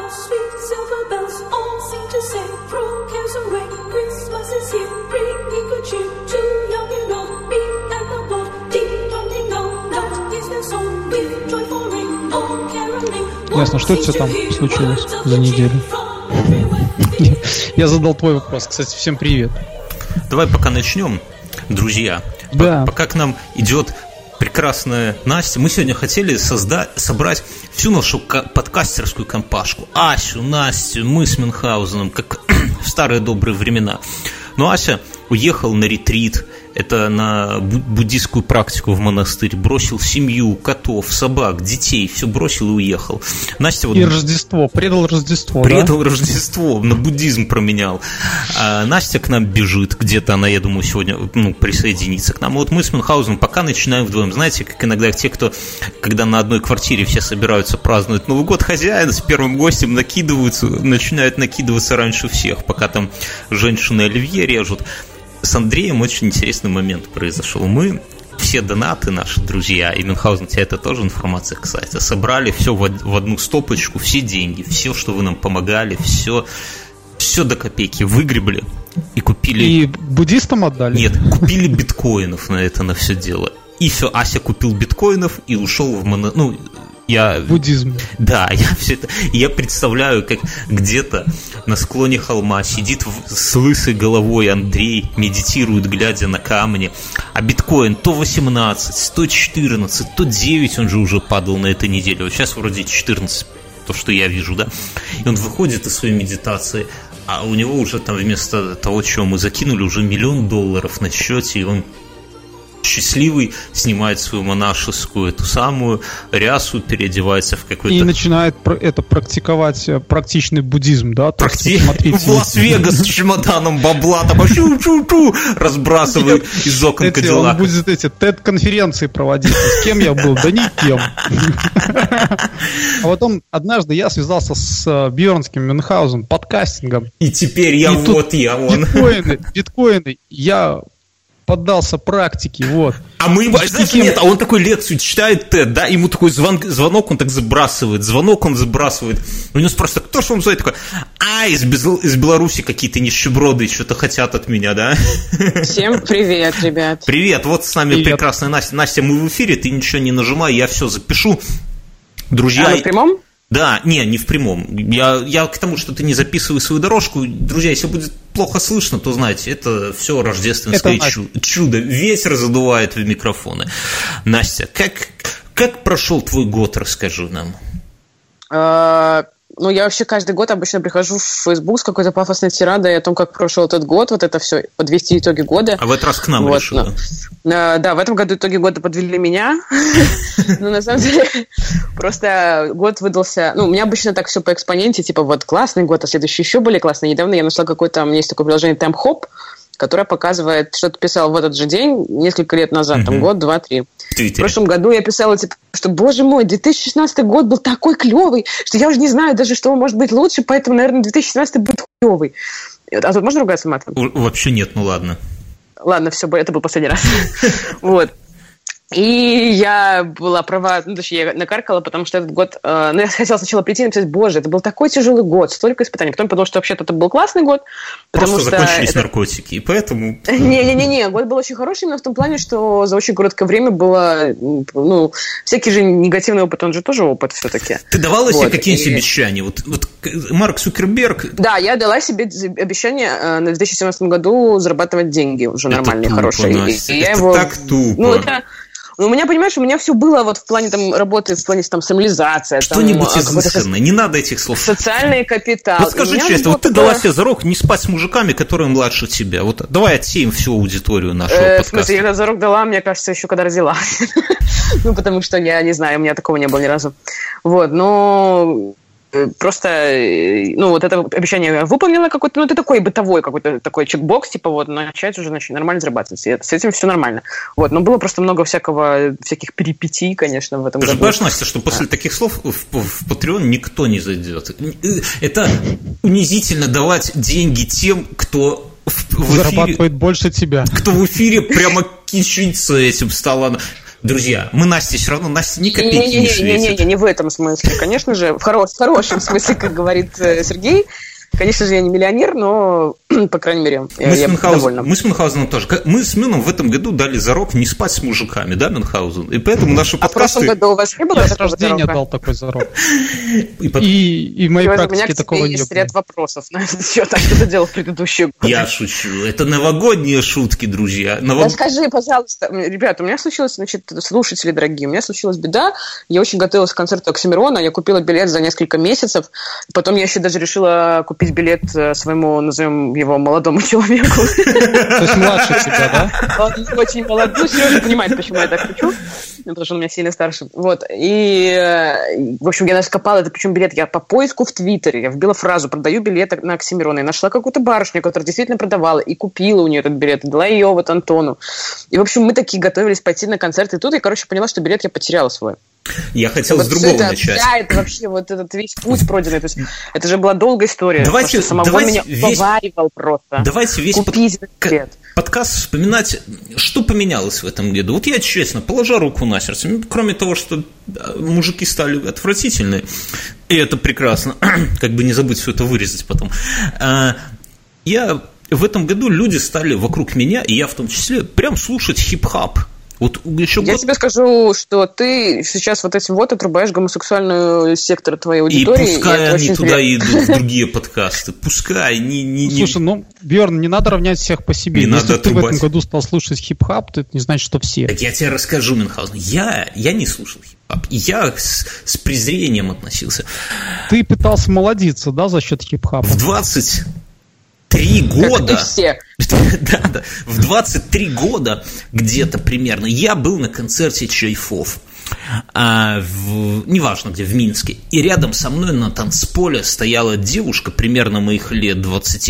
Ясно, что это там случилось за неделю? Я задал твой вопрос. Кстати, всем привет. Давай пока начнем, друзья. Да. Пока к нам идет прекрасная Настя. Мы сегодня хотели собрать всю нашу подкастерскую компашку. Асю, Настю, мы с Мюнхгаузеном, как в старые добрые времена. Но Ася уехал на ретрит, это на буддийскую практику в монастырь, бросил семью, котов, собак, детей, все бросил и уехал. Настя вот... И Рождество, предал Рождество, Предал Рождество, на буддизм променял. А Настя к нам бежит, где-то она, я думаю, сегодня присоединится к нам. Вот мы с Мюнхгаузеном пока начинаем вдвоем. Знаете, как иногда те, кто, когда на одной квартире все собираются праздновать Новый год, хозяин с первым гостем начинают накидываться раньше всех, пока там женщины оливье режут. С Андреем очень интересный момент произошел. Мы все донаты, наши друзья, и Мюнхгаузен, тебе это тоже информация, кстати, собрали все в одну стопочку, все деньги, все, что вы нам помогали, все до копейки выгребли и купили... И буддистам отдали? Нет, купили биткоинов на все дело. И все, Ася купил биткоинов и ушел в буддизм. Да, я представляю, как где-то на склоне холма сидит с лысой головой Андрей, медитирует, глядя на камни, а биткоин то 18, то 14, то 9, он же уже падал на этой неделе, вот сейчас вроде 14, то, что я вижу, да, и он выходит из своей медитации, а у него уже там вместо того, чего мы закинули, уже $1 миллион на счете, и он счастливый, снимает свою монашескую эту самую рясу, переодевается в какой-то... И начинает практиковать практичный буддизм, да? В Лас-Вегас с чемоданом бабла там разбрасывает из окон Кадиллака. Он будет TED-конференции проводить. С кем я был? Да никем. А потом однажды я связался с Бьернским Мюнхгаузеном, подкастингом. И теперь он. Биткоины, я поддался практике, вот. А мы, знаешь, нет, а он такой лекцию читает, TED, да, ему такой звонок, он так забрасывает, у него спрашивают, кто же вам звонит, такой, из Беларуси какие-то нищеброды что-то хотят от меня, да? Всем привет, ребят. Привет, вот с нами прекрасная Настя. Настя, мы в эфире, ты ничего не нажимай, я все запишу. Друзья... в прямом? Да, не в прямом. Я к тому, что ты не записывай свою дорожку. Друзья, если будет плохо слышно, то знаете, это все рождественское чудо. Ветер задувает в микрофоны. Настя, как прошел твой год, расскажи нам. Я вообще каждый год обычно прихожу в Facebook с какой-то пафосной тирадой о том, как прошел этот год, вот это все, подвести итоги года. А в этот раз к нам решила. Да, в этом году итоги года подвели меня. Но на самом деле просто год выдался... у меня обычно так все по экспоненте, типа вот классный год, а следующий еще более классный. Недавно я нашла какое-то... У меня есть такое приложение TimeHop, которое показывает, что ты писал в этот же день, несколько лет назад, там год, 2-3. В прошлом году я писала, типа, что, боже мой, 2016 год был такой клевый, что я уже не знаю даже, что может быть лучше, поэтому, наверное, 2017 будет клевый. А тут можно ругаться матом? Вообще нет, ладно. Ладно, все, это был последний раз. Вот. И я была права, точнее, я накаркала, потому что этот год... я хотела сначала прийти и написать, боже, это был такой тяжелый год, столько испытаний. Потом подумала, что вообще-то это был классный год. Просто закончились наркотики, и поэтому... Не, год был очень хороший, именно в том плане, что за очень короткое время было... всякий же негативный опыт, он же тоже опыт все-таки. Ты давала себе какие-нибудь обещания? Вот Марк Цукерберг... Да, я дала себе обещание на 2017 году зарабатывать деньги уже нормальные, хорошие. Это так тупо. У меня, понимаешь, у меня все было вот в плане там работы, в плане там самолизация. Что-нибудь изысканное, не надо этих слов. Социальный капитал. Вот скажи честно, вот ты дала себе зарок не спать с мужиками, которые младше тебя. Вот давай отсеем всю аудиторию нашего подкаста. В смысле, я этот зарок дала, мне кажется, еще когда родилась. Потому что я не знаю, у меня такого не было ни разу. Вот, но... Просто, вот это обещание я выполнила какой-то, это такой бытовой какой-то такой чекбокс, типа вот начать уже нормально зарабатывать. И с этим все нормально. Вот, но было просто много всяких перипетий, конечно, в этом году. Ты же понимаешь, Настя, что после таких слов в Patreon никто не зайдет. Это унизительно давать деньги тем, кто в эфире... Зарабатывает больше тебя. Кто в эфире прямо кичится этим стало... Друзья, мы Насте все равно, Насте ни копейки не светит. Не в этом смысле. Конечно же, в хорошем смысле, как говорит Сергей. Конечно же, я не миллионер, но, по крайней мере, я довольна. Мы с Мюнхгаузеном тоже. Мы с Мюном в этом году дали зарок не спать с мужиками, да, Мюнхгаузен? И поэтому наши подкасты... А в прошлом году у вас не было такого зарока? Я дал такой зарок. И в моей практике такого не было. У меня есть ряд вопросов на этот счет. А что ты делал в предыдущие годы? Я шучу. Это новогодние шутки, друзья. Да скажи, пожалуйста, ребята, у меня случилось, значит, слушатели дорогие, у меня случилась беда. Я очень готовилась к концерту Оксимирона, я купила билет за несколько месяцев. Потом я еще даже решила купить билет своему, назовем его, молодому человеку. То есть младше тебя, да? Он очень молодой. Ну, Сережа понимает, почему я так хочу, потому что он меня сильно старше. Вот. И, в общем, я даже копала, это причем билет, я по поиску в Твиттере, я вбила фразу «продаю билет на Оксимирона», и нашла какую-то барышню, которая действительно продавала, и купила у нее этот билет, и дала ее вот Антону. И, в общем, мы такие готовились пойти на концерт, и тут я, короче, поняла, что билет я потеряла свой. Я хотел с другого начать. Да, это вообще вот этот весь путь пройденный. То есть это же была долгая история. Давайте меня уговаривал просто. Давайте весь подкаст вспоминать, что поменялось в этом году. Вот я честно, положа руку на сердце, кроме того, что мужики стали отвратительны, и это прекрасно, как бы не забыть все это вырезать потом. В этом году люди стали вокруг меня, и я в том числе, прям слушать хип-хап. Вот еще я тебе скажу, что ты сейчас вот этим вот отрубаешь гомосексуальную сектор твоей аудитории. И пускай они туда идут, в другие подкасты. Пускай. Слушай, Бьерн, не надо равнять всех по себе. Если ты в этом году стал слушать хип-хап, то это не значит, что все. Так я тебе расскажу, Мюнхгаузен. Я не слушал хип-хап. Я с презрением относился. Ты пытался молодиться, да, за счет хип-хапа? В 23 года. Как и все. Да. В 23 года где-то примерно я был на концерте Чайфов. Неважно где, в Минске. И рядом со мной на танцполе стояла девушка примерно моих лет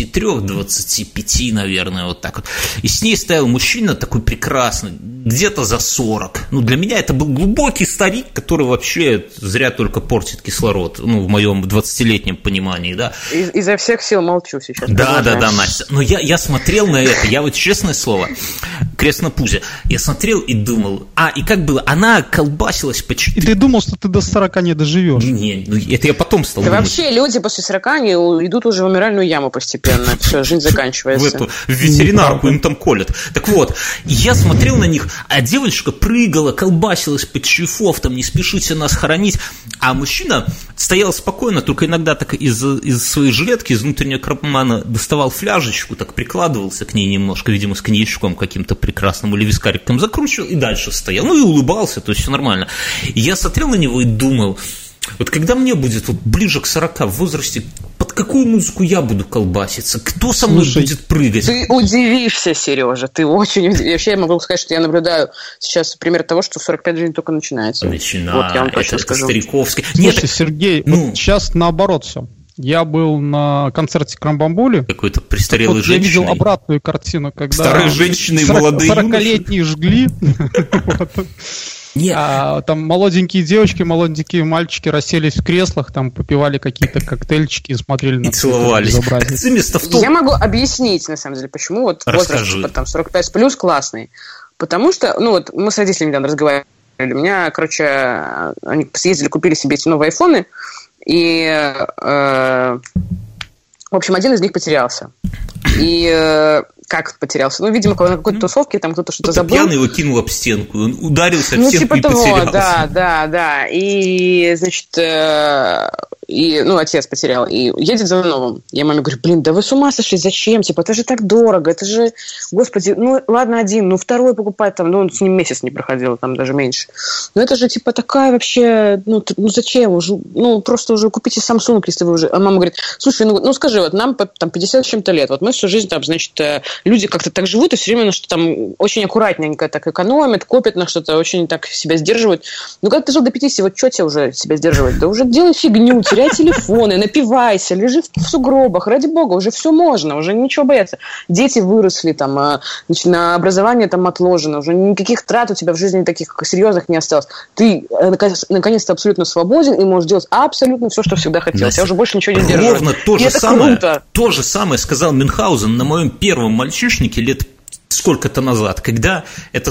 23-25, наверное, вот так вот. И с ней стоял мужчина такой прекрасный, где-то за 40. Ну, для меня это был глубокий старик, который вообще зря только портит кислород, ну, в моем 20-летнем понимании, да. Изо всех сил молчу сейчас. Да, Настя. Но я смотрел на это, я вот, честное слово, крест на пузе, я смотрел и думал, и как было, она колбасилась по 4. И ты думал, что ты до 40 не доживешь. Не, это я потом стал думать. Вообще люди после 40 они идут уже в умиральную яму постепенно. Все, жизнь заканчивается. В ветеринарку им там колят. Так вот, я смотрел на них, а девочка прыгала, колбасилась под Чайфов, там, не спешите нас хоронить. А мужчина стоял спокойно, только иногда так из своей жилетки, из внутреннего кармана доставал фляжечку, так прикладывался к ней немножко, видимо, с коньячком каким-то прекрасным или вискариком закручивал и дальше стоял. Ну и улыбался, то есть все нормально. И я смотрел на него и думал, вот когда мне будет вот ближе к 40 в возрасте, под какую музыку я буду колбаситься? Кто со мной будет прыгать? Ты удивишься, Сережа, ты очень удивишься. Вообще я могу сказать, что я наблюдаю сейчас пример того, что в 45 жизнь только начинается. Вот я вам точно скажу. Стариковский. Слушай, Сергей, вот сейчас наоборот все. Я был на концерте Крамбамбули. Какой-то престарелый женщиной. Я видел обратную картину, когда старые женщины и молодые 40-летние жгли. Там молоденькие девочки, молоденькие мальчики расселись в креслах, там попивали какие-то коктейльчики и смотрели на целовались. Я могу объяснить, на самом деле, почему вот возраст там 45 плюс классный. Потому что, вот мы с родителями недавно разговаривали. У меня, они съездили, купили себе эти новые айфоны, и, в общем, один из них потерялся. И как потерялся? Ну, видимо, на какой-то тусовке там кто-то что-то забыл. Пьяный его кинул об стенку, он ударился об стенку и потерялся. Да. И, значит, отец потерял. И едет за новым. Я маме говорю, да вы с ума сошли, зачем? Это же так дорого, это же, господи, ладно один, второй покупать, там, с ним месяц не проходило, там даже меньше. Это же, такая вообще, зачем? Уже, просто уже купите Samsung, если вы уже... А мама говорит, слушай, скажи, вот нам там 50 с чем-то лет, вот мы всю жизнь там, значит, люди как-то так живут, и все время что там очень аккуратненько так экономят, копят на что-то, очень так себя сдерживают. Когда ты жил до 50, вот что тебе уже себя сдерживать? Да уже делай фигню, теряй телефоны, напивайся, лежи в сугробах, ради бога, уже все можно, уже ничего бояться. Дети выросли, там, значит, на образование там отложено, уже никаких трат у тебя в жизни таких серьезных не осталось. Ты, наконец-то, абсолютно свободен и можешь делать абсолютно все, что всегда хотел. Я уже больше ничего не сдерживаю. Ровно то же самое сказал Мюнхгаузен на моем первом мальчишнике лет сколько-то назад, когда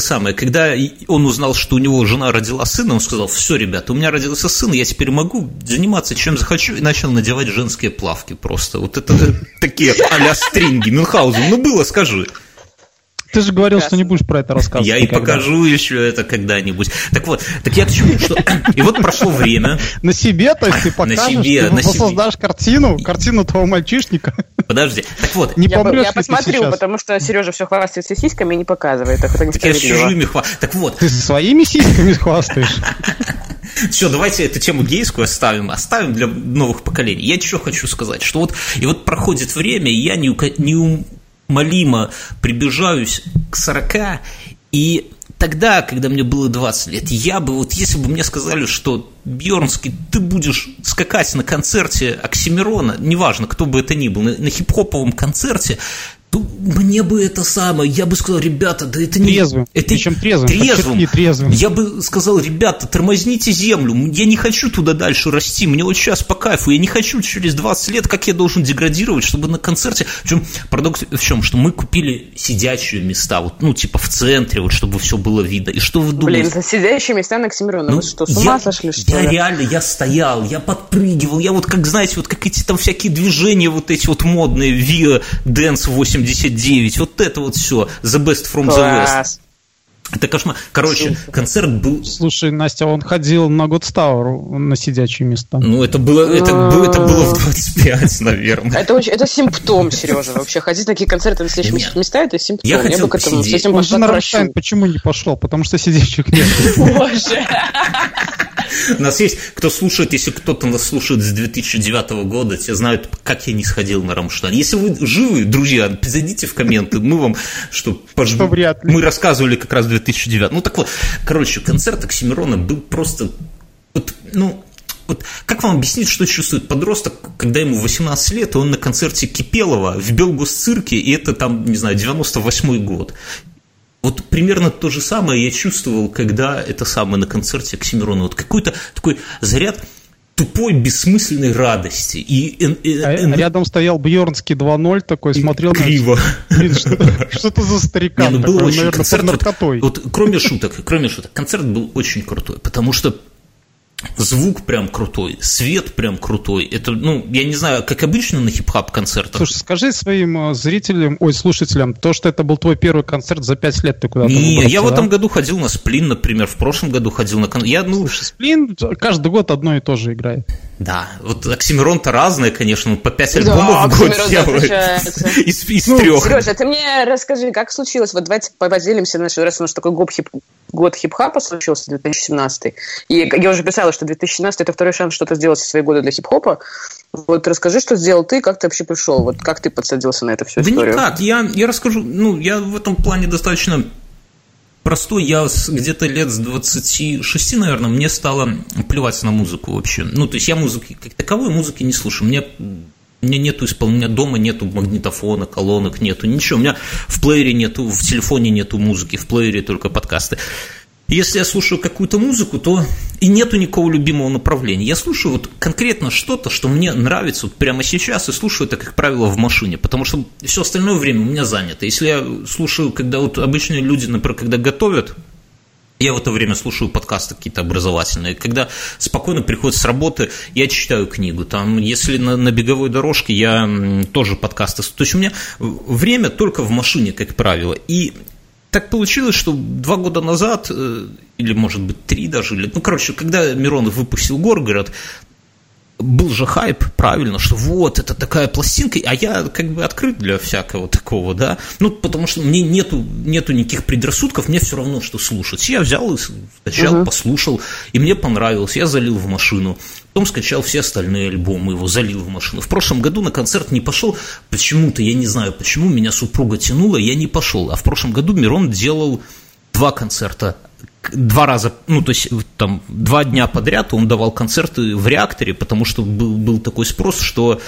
он узнал, что у него жена родила сына, он сказал: все, ребята, у меня родился сын, я теперь могу заниматься чем захочу, и начал надевать женские плавки просто. Вот это такие а-ля стринги. Мюнхгаузен, ну было, скажи. Ты же говорил, что не будешь про это рассказывать. Я никогда. И покажу еще это когда-нибудь. Так вот, так я к чему, что... И вот прошло время. На себе, то есть ты покажешь, ты воссоздашь картину твоего мальчишника. Подожди, так вот. Не помрешь я посмотрю, потому что Сережа все хвастается сиськами и не показывает. Так я с чужими хвастаюсь. Так вот. Ты своими сиськами хвастаешь. Все, давайте эту тему гейскую оставим для новых поколений. Я что хочу сказать, что вот, и вот проходит время, и я неумолимо приближаюсь к 40, и тогда, когда мне было 20 лет, я бы, вот если бы мне сказали, что Бьернский, ты будешь скакать на концерте Оксимирона, неважно, кто бы это ни был, на хип-хоповом концерте, то мне бы это самое, я бы сказал: ребята, да это не... Трезвым, причем трезвым. Я бы сказал: ребята, тормозните землю, я не хочу туда дальше расти, мне вот сейчас по кайфу, я не хочу через 20 лет, как я должен деградировать, чтобы на концерте... Причем парадокс в чем, что мы купили сидячие места, вот, ну, типа в центре, вот, чтобы все было видно, и что вы думаете? Блин, сидящие места на Оксимирона, вы что, с ума сошли, что ли? Я реально, я стоял, я подпрыгивал, я вот, как, знаете, вот как эти там всякие движения, вот эти вот модные, Via Dance 89, вот это вот все, The Best from the West. Это кошмар. Короче, концерт был... Слушай, Настя, он ходил на Godstower на сидячие места. Ну, это было в 25, наверное. Это симптом, Сережа, вообще. Ходить на такие концерты на сидячие места, это симптом. Я хотел посидеть. Он же на Рамштайн почему не пошел? Потому что сидящих нет. Боже. У нас есть, кто слушает, если кто-то нас слушает с 2009 года, те знают, как я не сходил на Рамштайн. Если вы живы, друзья, зайдите в комменты, мы вам мы рассказывали как раз в 2009. Ну так вот, короче, концерт Оксимирона был просто, вот, как вам объяснить, что чувствует подросток, когда ему 18 лет, и он на концерте Кипелова в Белгосцирке, и это там, не знаю, 98-й год. Вот примерно то же самое я чувствовал, когда это самое на концерте Оксимирона. Вот какой-то такой заряд тупой, бессмысленной радости. Рядом стоял Бьернский 2.0 такой, смотрел криво. Что-то за старикан. Не, был очень концерт, вот, кроме шуток, концерт был очень крутой, потому что звук прям крутой, свет прям крутой. Это, я не знаю, как обычно на хип-хоп концертах. Слушай, скажи своим слушателям, то, что это был твой первый концерт за 5 лет, ты куда-то выбрался, я в этом году ходил на Сплин, например, в прошлом году ходил на концерт. Слушай, Сплин каждый год одно и то же играет. Да, вот Оксимирон-то разные, конечно, по 5 альбомов в год делают из 3. Сережа, ты мне расскажи, как случилось, вот давайте поделимся, раз у нас такой год хип-хопа случился, 2017, и я уже писала, что 2017 это второй шанс что-то сделать со свои годы для хип-хопа. Вот расскажи, что сделал ты, как ты вообще пришел, вот как ты подсадился на эту всю историю. Да никак, я расскажу, я в этом плане достаточно простой, я где-то лет с 26, наверное, мне стало плевать на музыку вообще. То есть я музыки, как таковой музыки не слушаю, мне нету исполнения, дома нету магнитофона, колонок нету, ничего, у меня в плеере нету, в телефоне нету музыки, в плеере только подкасты. Если я слушаю какую-то музыку, то и нету никакого любимого направления. Я слушаю вот конкретно что-то, что мне нравится вот прямо сейчас, и слушаю это, как правило, в машине, потому что все остальное время у меня занято. Если я слушаю, когда вот обычные люди, например, когда готовят, я в это время слушаю подкасты какие-то образовательные. Когда спокойно приходят с работы, я читаю книгу. Там, если на беговой дорожке, я тоже подкасты. То есть у меня время только в машине, как правило. И так получилось, что 2 года назад, или, может быть, 3 даже, когда Миронов выпустил «Горгород», был же хайп, правильно, что вот, это такая пластинка, а я как бы открыт для всякого такого, да, потому что мне нету никаких предрассудков, мне все равно, что слушать. Я взял и скачал, послушал, и мне понравилось, я залил в машину, потом скачал все остальные альбомы, его залил в машину. В прошлом году на концерт не пошел, почему-то, я не знаю почему, меня супруга тянула, я не пошел, а в прошлом году Мирон делал 2 концерта, 2 раза, то есть там 2 дня подряд он давал концерты в «Реакторе», потому что был такой спрос, что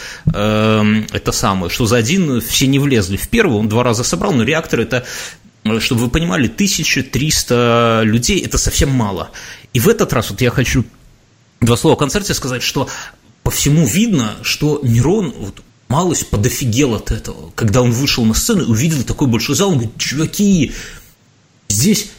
это самое, что за один все не влезли в первый, он 2 раза собрал, но «Реактор» это, чтобы вы понимали, 1300 людей, это совсем мало. И в этот раз вот я хочу 2 слова о концерте сказать, что по всему видно, что Мирон малость подофигел от этого. Когда он вышел на сцену и увидел такой большой зал, он говорит: чуваки, здесь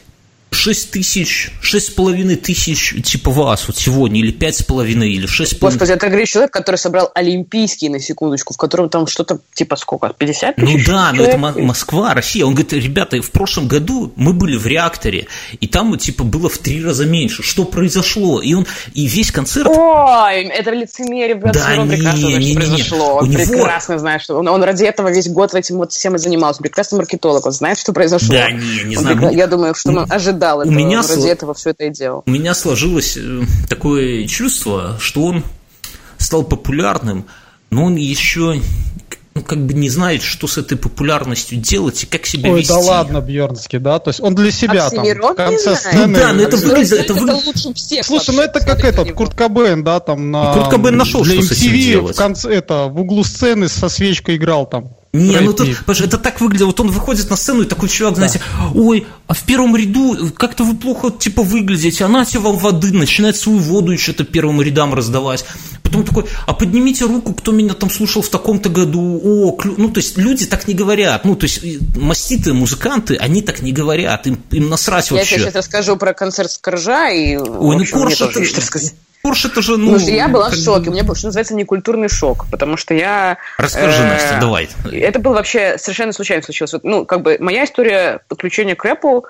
6,5 тысяч типа вас вот сегодня, или 5,5, или 6,5. Господи, это говорит человек, который собрал олимпийский, на секундочку, в котором там что-то типа сколько, 50 тысяч? Ну да, человек? но это Москва, Россия. Он говорит: ребята, в прошлом году мы были в реакторе, и там типа было в 3 раза меньше. Что произошло? И весь концерт... Ой, это лицемерие, брат, он прекрасно знает, что произошло. Он прекрасно знает, что... Он ради этого весь год этим вот всем и занимался. Прекрасный маркетолог, он знает, что произошло. Да, не знаю. Я думаю, что он ожидал этого, ради этого все это и делал. У меня сложилось такое чувство, что он стал популярным, но он еще как бы не знает, что с этой популярностью делать и как себя вести. Ой, да ладно, Бьернский, да? То есть он для себя там в конце сцены... Ну да, но это выглядит... лучше всех. Слушай, ну это как этот, Курт Кобейн, да, там на... Курт Кобейн нашел, для что с этим MTV делать. В конце, в углу сцены со свечкой играл там. Не, ну тут, это так выглядит, вот он выходит на сцену, и такой чувак, знаете, ой, а в первом ряду как-то вы плохо, типа, выглядите, а нате вам воды, начинает свою воду еще-то первым рядам раздавать. Потом такой: а поднимите руку, кто меня там слушал в таком-то году, ну, то есть люди так не говорят, ну, то есть маститые музыканты, они так не говорят, им насрать вообще. Я тебе сейчас расскажу про концерт Коржа, и, ой, ну, Корж это... Корж это же, ну... я была в шоке, у меня был, что называется, некультурный шок, потому что я... Расскажи, Настя, давай. Это было вообще совершенно случайно случилось. Вот, ну, как бы моя история подключения к рэпу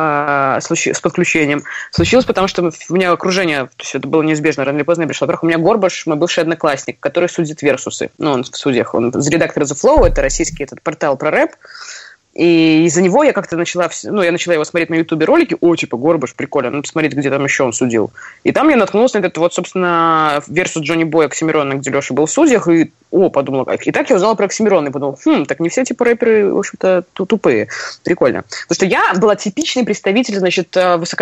с подключением случилось, потому что у меня окружение, то есть это было неизбежно, рано или поздно я пришла. Во-первых, у меня Горбаш, мой бывший одноклассник, который судит Версусы. Ну, он в судьях, он из редактора The Flow, это российский этот портал про рэп. И из-за него я как-то начала его смотреть на ютубе ролики, типа, Горбаш, прикольно, ну, посмотреть, где там еще он судил. И там я наткнулась на этот вот, собственно, версус Джонни Боя Оксимирона, где Леша был в судьях, и, подумала, как. И так я узнала про Оксимирона, и подумала, так не все, типа, рэперы, в общем-то, тупые. Прикольно. Потому что я была типичный представитель, значит,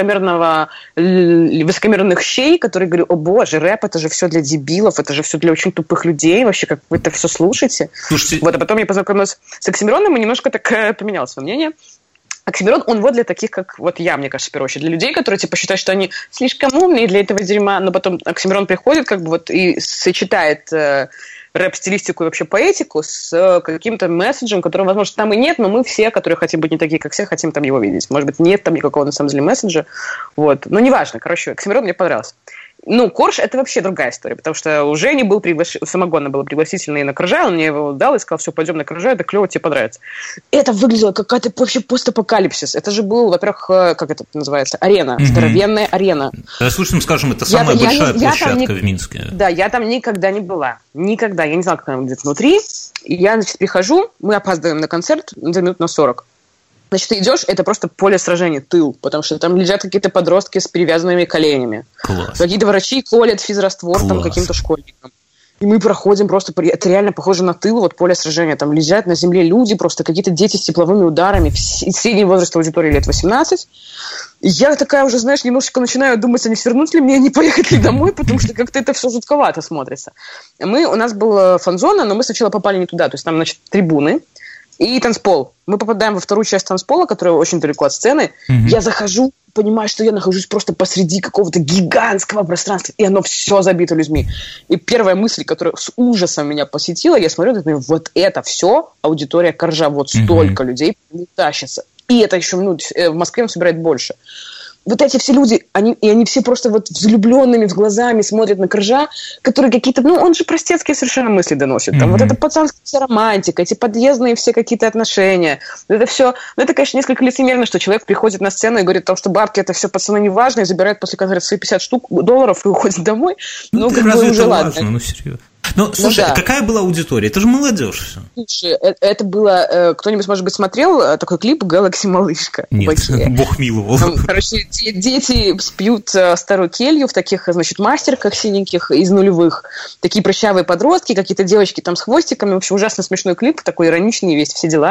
высокомерных щей, которые говорят: о боже, рэп, это же все для дебилов, это же все для очень тупых людей, вообще, как вы это все слушаете. Слушайте... Вот, а потом я познакомилась с Оксимироном, и немножко так поменял свое мнение. Оксимирон, он вот для таких, как вот я, мне кажется, в первую очередь, для людей, которые, типа, считают, что они слишком умные для этого дерьма, но потом Оксимирон приходит, как бы, вот, и сочетает рэп-стилистику и вообще поэтику с каким-то месседжем, которого, возможно, там и нет, но мы все, которые хотим быть не такие, как все, хотим там его видеть. Может быть, нет там никакого, на самом деле, месседжа. Вот. Но неважно. Короче, Оксимирон мне понравился. Ну, Корж – это вообще другая история, потому что у Жени был у Самогона было пригласительное на Коржа, он мне его дал и сказал: все, пойдем на Коржа, это клево, тебе понравится. Это выглядело как какая-то вообще постапокалипсис. Это же был, во-первых, как это называется, арена, здоровенная арена. Слушай, скажем, это самая большая площадка в Минске. Да, я там никогда не была. Никогда. Я не знала, как она выглядит внутри. И я, значит, прихожу, мы опаздываем на концерт за минут на 40. Значит, ты идешь, это просто поле сражения, тыл, потому что там лежат какие-то подростки с перевязанными коленями. Класс. Какие-то врачи колят физраствор там каким-то школьникам. И мы проходим просто, это реально похоже на тыл, вот поле сражения. Там лежат на земле люди, просто какие-то дети с тепловыми ударами, средний возраст аудитории лет 18. И я такая уже, знаешь, немножечко начинаю думать, а не свернуть ли мне, не поехать ли домой, потому что как-то это все жутковато смотрится. У нас была фан-зона, но мы сначала попали не туда. То есть там, значит, трибуны и танцпол. Мы попадаем во вторую часть танцпола, которая очень далеко от сцены. Я захожу, понимаю, что я нахожусь просто посреди какого-то гигантского пространства, и оно все забито людьми. И первая мысль, которая с ужасом меня посетила, я смотрю, и думаю, вот это все аудитория Коржа, вот столько людей не тащится. И это еще, в Москве он собирает больше. Вот эти все люди, они все просто вот влюбленными в глазами смотрят на Коржа, которые какие-то, он же простецкие совершенно мысли доносит. Там вот эта пацанская вся романтика, эти подъездные все какие-то отношения. Это все, это, конечно, несколько лицемерно, что человек приходит на сцену и говорит о том, что бабки это все, пацаны, не важно, и забирает после концерта свои $50 и уходит домой. Как бы уже ладно. Серьезно. Ну, слушай, а какая была аудитория? Это же молодежь все. Слушай, это было... Кто-нибудь, может быть, смотрел такой клип «Галакси Малышка»? Нет, бог миловал. Там, короче, дети пьют старую келью в таких, значит, мастерках синеньких из нулевых. Такие прыщавые подростки, какие-то девочки там с хвостиками. В общем, ужасно смешной клип, такой ироничный, весь все дела.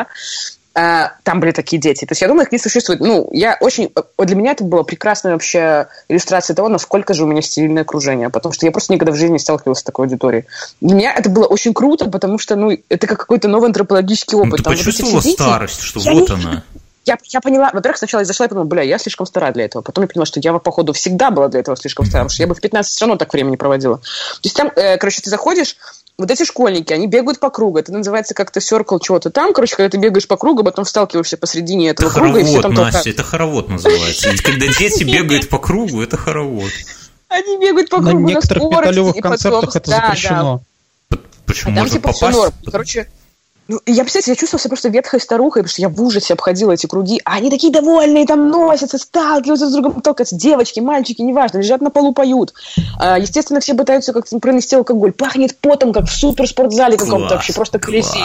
Там были такие дети. То есть я думаю, их не существует. Для меня это была прекрасная вообще иллюстрация того, насколько же у меня стерильное окружение. Потому что я просто никогда в жизни не сталкивалась с такой аудиторией. Для меня это было очень круто, потому что, это как какой-то новый антропологический опыт. Ты почувствовала старость, что вот она... Я поняла, во-первых, сначала я зашла и подумала, я слишком стара для этого. Потом я поняла, что я, походу, всегда была для этого слишком стара, потому что я бы в 15 все равно так времени проводила. То есть там, короче, ты заходишь, вот эти школьники, они бегают по кругу. Это называется как-то circle чего-то там. Короче, когда ты бегаешь по кругу, потом сталкиваешься посредине этого круга, и все там толкают. Настя, это хоровод называется. Ведь когда дети бегают по кругу, это хоровод. Они бегают по кругу на скорости. На некоторых металлевых концертах это запрещено. Почему можно попасть? Короче, я, представляете, я чувствовала себя просто ветхой старухой, потому что я в ужасе обходила эти круги, а они такие довольные, там носятся, сталкиваются с другом, толкаются, девочки, мальчики, неважно, лежат на полу, поют. Естественно, все пытаются как-то пронести алкоголь, пахнет потом, как в суперспортзале каком-то вообще, просто колесей.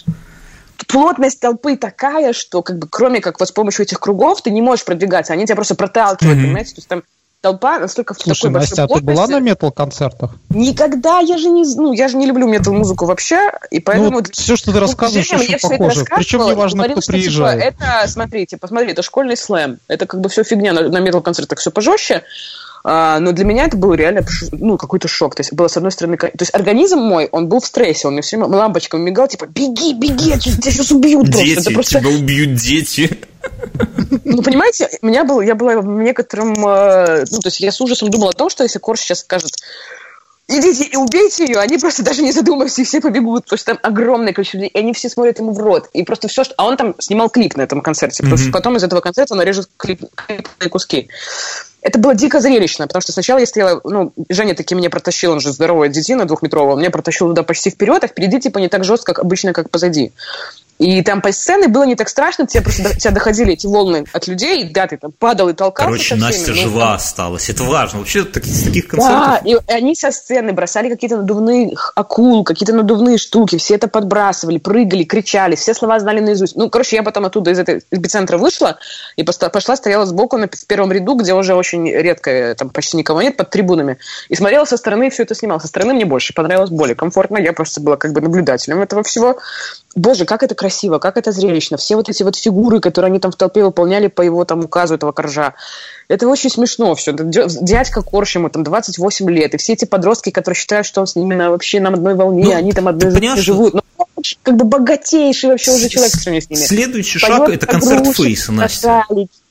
Плотность толпы такая, что как бы кроме как вот с помощью этих кругов ты не можешь продвигаться, они тебя просто проталкивают, понимаете, то есть там толпа настолько в такой большой плотности. Настя, а ты была на метал-концертах? Никогда, я же не люблю метал-музыку вообще, и поэтому... все, что ты рассказываешь, очень похоже. Причем не важно, кто приезжает. Это, смотрите, это школьный слэм, это как бы все фигня, на метал-концертах все пожестче, но для меня это был реально какой-то шок. То есть было, с одной стороны... То есть организм мой, он был в стрессе, он мне все время лампочками мигал, типа, беги, тебя сейчас убьют просто. Тебя убьют дети. Понимаете, я была в некотором... то есть я с ужасом думала о том, что если Корж сейчас скажет, идите и убейте ее, они просто даже не задумываются, и все побегут, потому что там огромное количество людей, и они все смотрят ему в рот. И просто все, что... А он там снимал клип на этом концерте, потому что потом из этого концерта он нарежет клипные куски. Это было дико зрелищно, потому что сначала я стояла, Женя таки меня протащил, он же здоровая детина двухметровая, он меня протащил туда почти вперед, а впереди типа не так жестко, как обычно, как позади. И там по сцене было не так страшно, тебя доходили эти волны от людей, да, ты там падал и толкался. Короче, Настя жива осталась, это важно. Вообще, с таких концертов... Да, и они со сцены бросали какие-то надувные акул, какие-то надувные штуки, все это подбрасывали, прыгали, кричали, все слова знали наизусть. Я потом оттуда из этого эпицентра вышла и пошла, стояла сбоку в первом ряду, где уже очень редко, там почти никого нет, под трибунами, и смотрела со стороны, и все это снимала. Со стороны мне больше понравилось, более комфортно, я просто была как бы наблюдателем этого всего. Боже, как это красиво, как это зрелищно. Все вот эти вот фигуры, которые они там в толпе выполняли по его там указу этого Коржа. Это очень смешно все. Дядька Корж, ему там 28 лет, и все эти подростки, которые считают, что он с ними вообще на одной волне, они там одной живут. Как бы богатейший вообще уже человек в сравнении с ними. Следующий шаг – это концерт Фейса, Настя.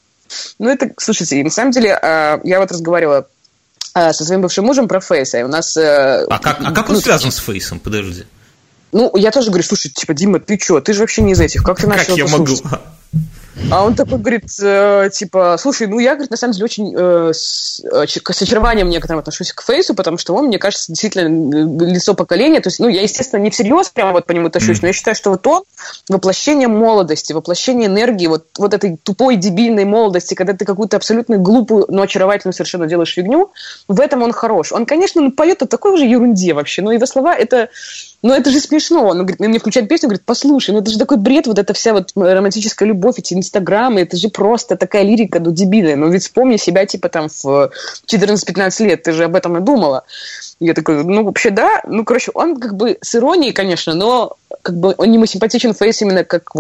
Слушайте, на самом деле, я вот разговаривала со своим бывшим мужем про Фейса, и у нас... как он связан с Фейсом? Подожди. Я тоже говорю, слушай, типа, Дима, ты что? Ты же вообще не из этих. Как ты начал это слушать? А он такой говорит, слушай, я, говорит, на самом деле очень с очарованием некоторым отношусь к Фейсу, потому что он, мне кажется, действительно лицо поколения. То есть, я, естественно, не всерьез прямо вот по нему тащусь, но я считаю, что вот он воплощение молодости, воплощение энергии, вот этой тупой, дебильной молодости, когда ты какую-то абсолютно глупую, но очаровательную совершенно делаешь фигню, в этом он хорош. Он, конечно, поет о такой уже ерунде вообще, но его слова это же смешно. Он говорит, мне включает песню, говорит, послушай, это же такой бред, вот эта вся вот романтическая любовь, эти инстаграмы, это же просто такая лирика, дебильная. Ведь вспомни себя, типа, там, в 14-15 лет, ты же об этом и думала. И я такой, вообще, да. Он как бы с иронией, конечно, но как бы он ему симпатичен Фейс именно как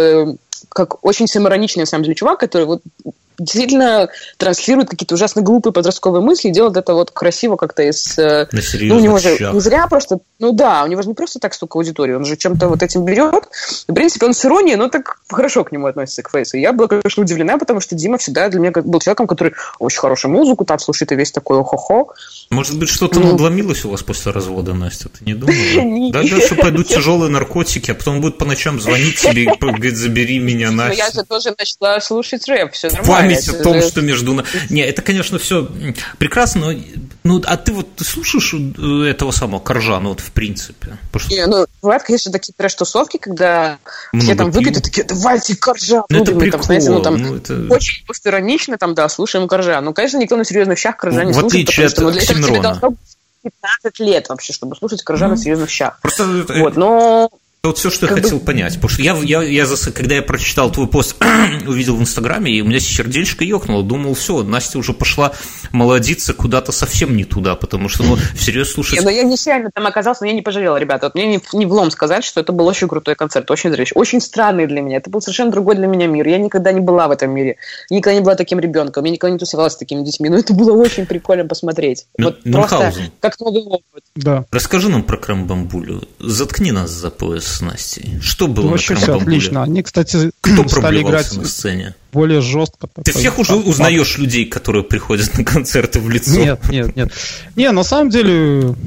как очень самоироничный, на самом деле, чувак, который вот действительно транслирует какие-то ужасно глупые подростковые мысли и делает это вот красиво как-то из... На серьезных у него же не зря просто... у него же не просто так столько аудитории, он же чем-то вот этим берет. В принципе, он с иронией, но так хорошо к нему относится, к Фейсу. Я была, конечно, удивлена, потому что Дима всегда для меня был человеком, который очень хорошую музыку там слушает и весь такой хо-хо. Может быть, что-то надломилось у вас после развода, Настя? Ты не думала? Да, дальше пойдут тяжелые наркотики, а потом будут по ночам звонить тебе и говорить, забери меня, Настя. Я же тоже начала слушать рэп, все нормально. Память о том, что между... Не, это, конечно, все прекрасно, но... а ты слушаешь этого самого Коржа, в принципе? Бывают, конечно, такие трэш-тусовки, когда все там выпьют и такие, давайте Коржа. Это прикол. Очень постиронично, слушаем Коржа. Конечно, никто на серьезных щах Коржа не слушает, потому что для этого тебе должно быть 15 лет вообще, чтобы слушать Коржа на серьезных щах. Просто... Вот все, что я хотел понять. Потому что когда я прочитал твой пост, увидел в Инстаграме, и у меня сердечко ёкнуло. Думал, все, Настя уже пошла молодиться куда-то совсем не туда, потому что, всерьез слушать... Я нечаянно там оказался, но я не пожалела, ребята. Вот мне не влом сказать, что это был очень крутой концерт, очень зрелищный, очень странный для меня. Это был совершенно другой для меня мир. Я никогда не была в этом мире. Я никогда не была таким ребенком. Я никогда не тусовалась с такими детьми. Но это было очень прикольно посмотреть. Просто как новый опыт. Да. Расскажи нам про Крем-бамбулю. Заткни нас за пояс с Настей. Что было вообще на Крем-бамбуле? Все отлично. Они, кстати, Кто стали играть на сцене? Более жестко. Ты всех уже узнаешь людей, которые приходят на концерты в лицо? Нет. Не, на самом деле,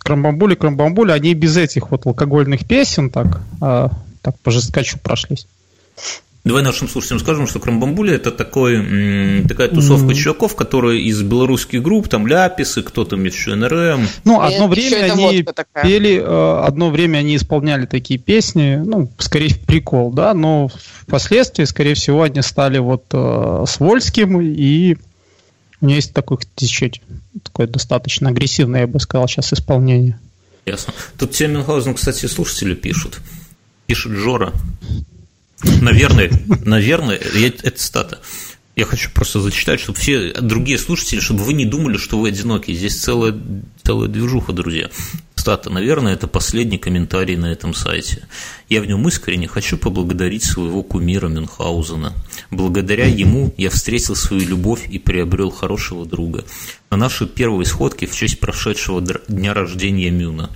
Крамбамбули, они без этих вот алкогольных песен так по жесткачу прошлись. Давай нашим слушателям скажем, что Крамбамбули – это такая тусовка чуваков, которые из белорусских групп, там Ляписы, кто-то еще НРМ. Ну, одно время они пели, одно время они исполняли такие песни, ну, скорее прикол, да, но впоследствии, скорее всего, они стали вот с Вольским, и у меня есть такое достаточно агрессивное, я бы сказал, сейчас исполнение. Ясно. Тут тебе Мюнхгаузен, кстати, слушатели пишут. Пишет Жора. Наверное, это цитата. Я хочу просто зачитать, чтобы все другие слушатели, чтобы вы не думали, что вы одиноки. Здесь целая движуха, друзья. Цитата. Наверное, это последний комментарий на этом сайте. Я в нем искренне хочу поблагодарить своего кумира Мюнхгаузена. Благодаря ему я встретил свою любовь и приобрел хорошего друга. На нашей первой сходке в честь прошедшего дня рождения Мюна.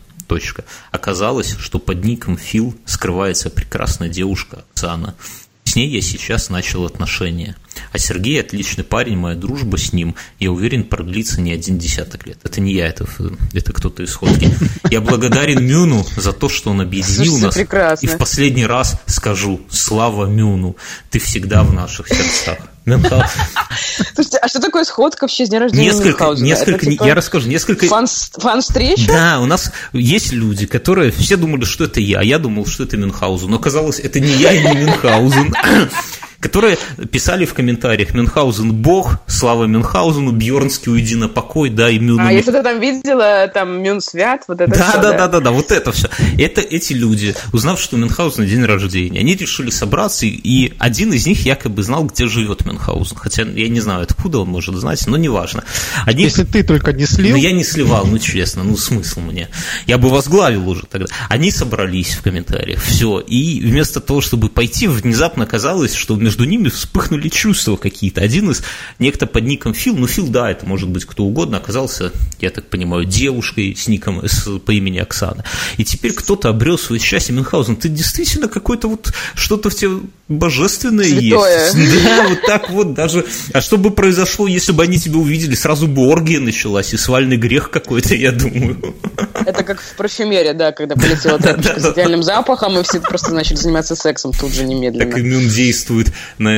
Оказалось, что под ником Фил скрывается прекрасная девушка Оксана. С ней я сейчас начал отношения. А Сергей отличный парень, моя дружба с ним, я уверен, продлится не 10 лет. Это не я, это кто-то из сходки. Я благодарен Мюну за то, что он объединил нас. Прекрасно. И в последний раз скажу: слава Мюну, ты всегда в наших сердцах. Слушайте, а что такое сходка вообще с дня рождения Мюнхгаузена? Я расскажу, несколько... Фан-встреча? Да, у нас есть люди, которые все думали, что это я думал, что это Мюнхгаузен, но оказалось, это не я и не Мюнхгаузен, которые писали в комментариях: Мюнхгаузен бог, слава Мюнхгаузену, Бьернский уйди на покой, да, и Мюн... А я что-то там видела, там Мюн свят, вот это все. Да, вот это все. Это эти люди, узнав, что у Мюнхгаузена день рождения, они решили собраться, и один из них якобы знал, где живет Мюнхгаузен. Хотя я не знаю, откуда он может знать, но неважно. Если ты только не слил. Ну, я не сливал, честно, смысл мне. Я бы возглавил уже тогда. Они собрались в комментариях, все. И вместо того, чтобы пойти, внезапно оказалось, что между ними вспыхнули чувства какие-то. Один из, некто под ником Фил, Фил, да, это может быть кто угодно, оказался, я так понимаю, девушкой с ником, по имени Оксана. И теперь кто-то обрел свое счастье. Мюнхгаузен, ты действительно какой-то вот, что-то в тебе божественное святое. Есть. Да, вот так вот даже. А что бы произошло, если бы они тебя увидели? Сразу бы оргия началась и свальный грех какой-то, я думаю. Это как в парфюмерии, да, когда полетела тряпочка с идеальным запахом, и все просто начали заниматься сексом тут же немедленно. Так и Мюн действует.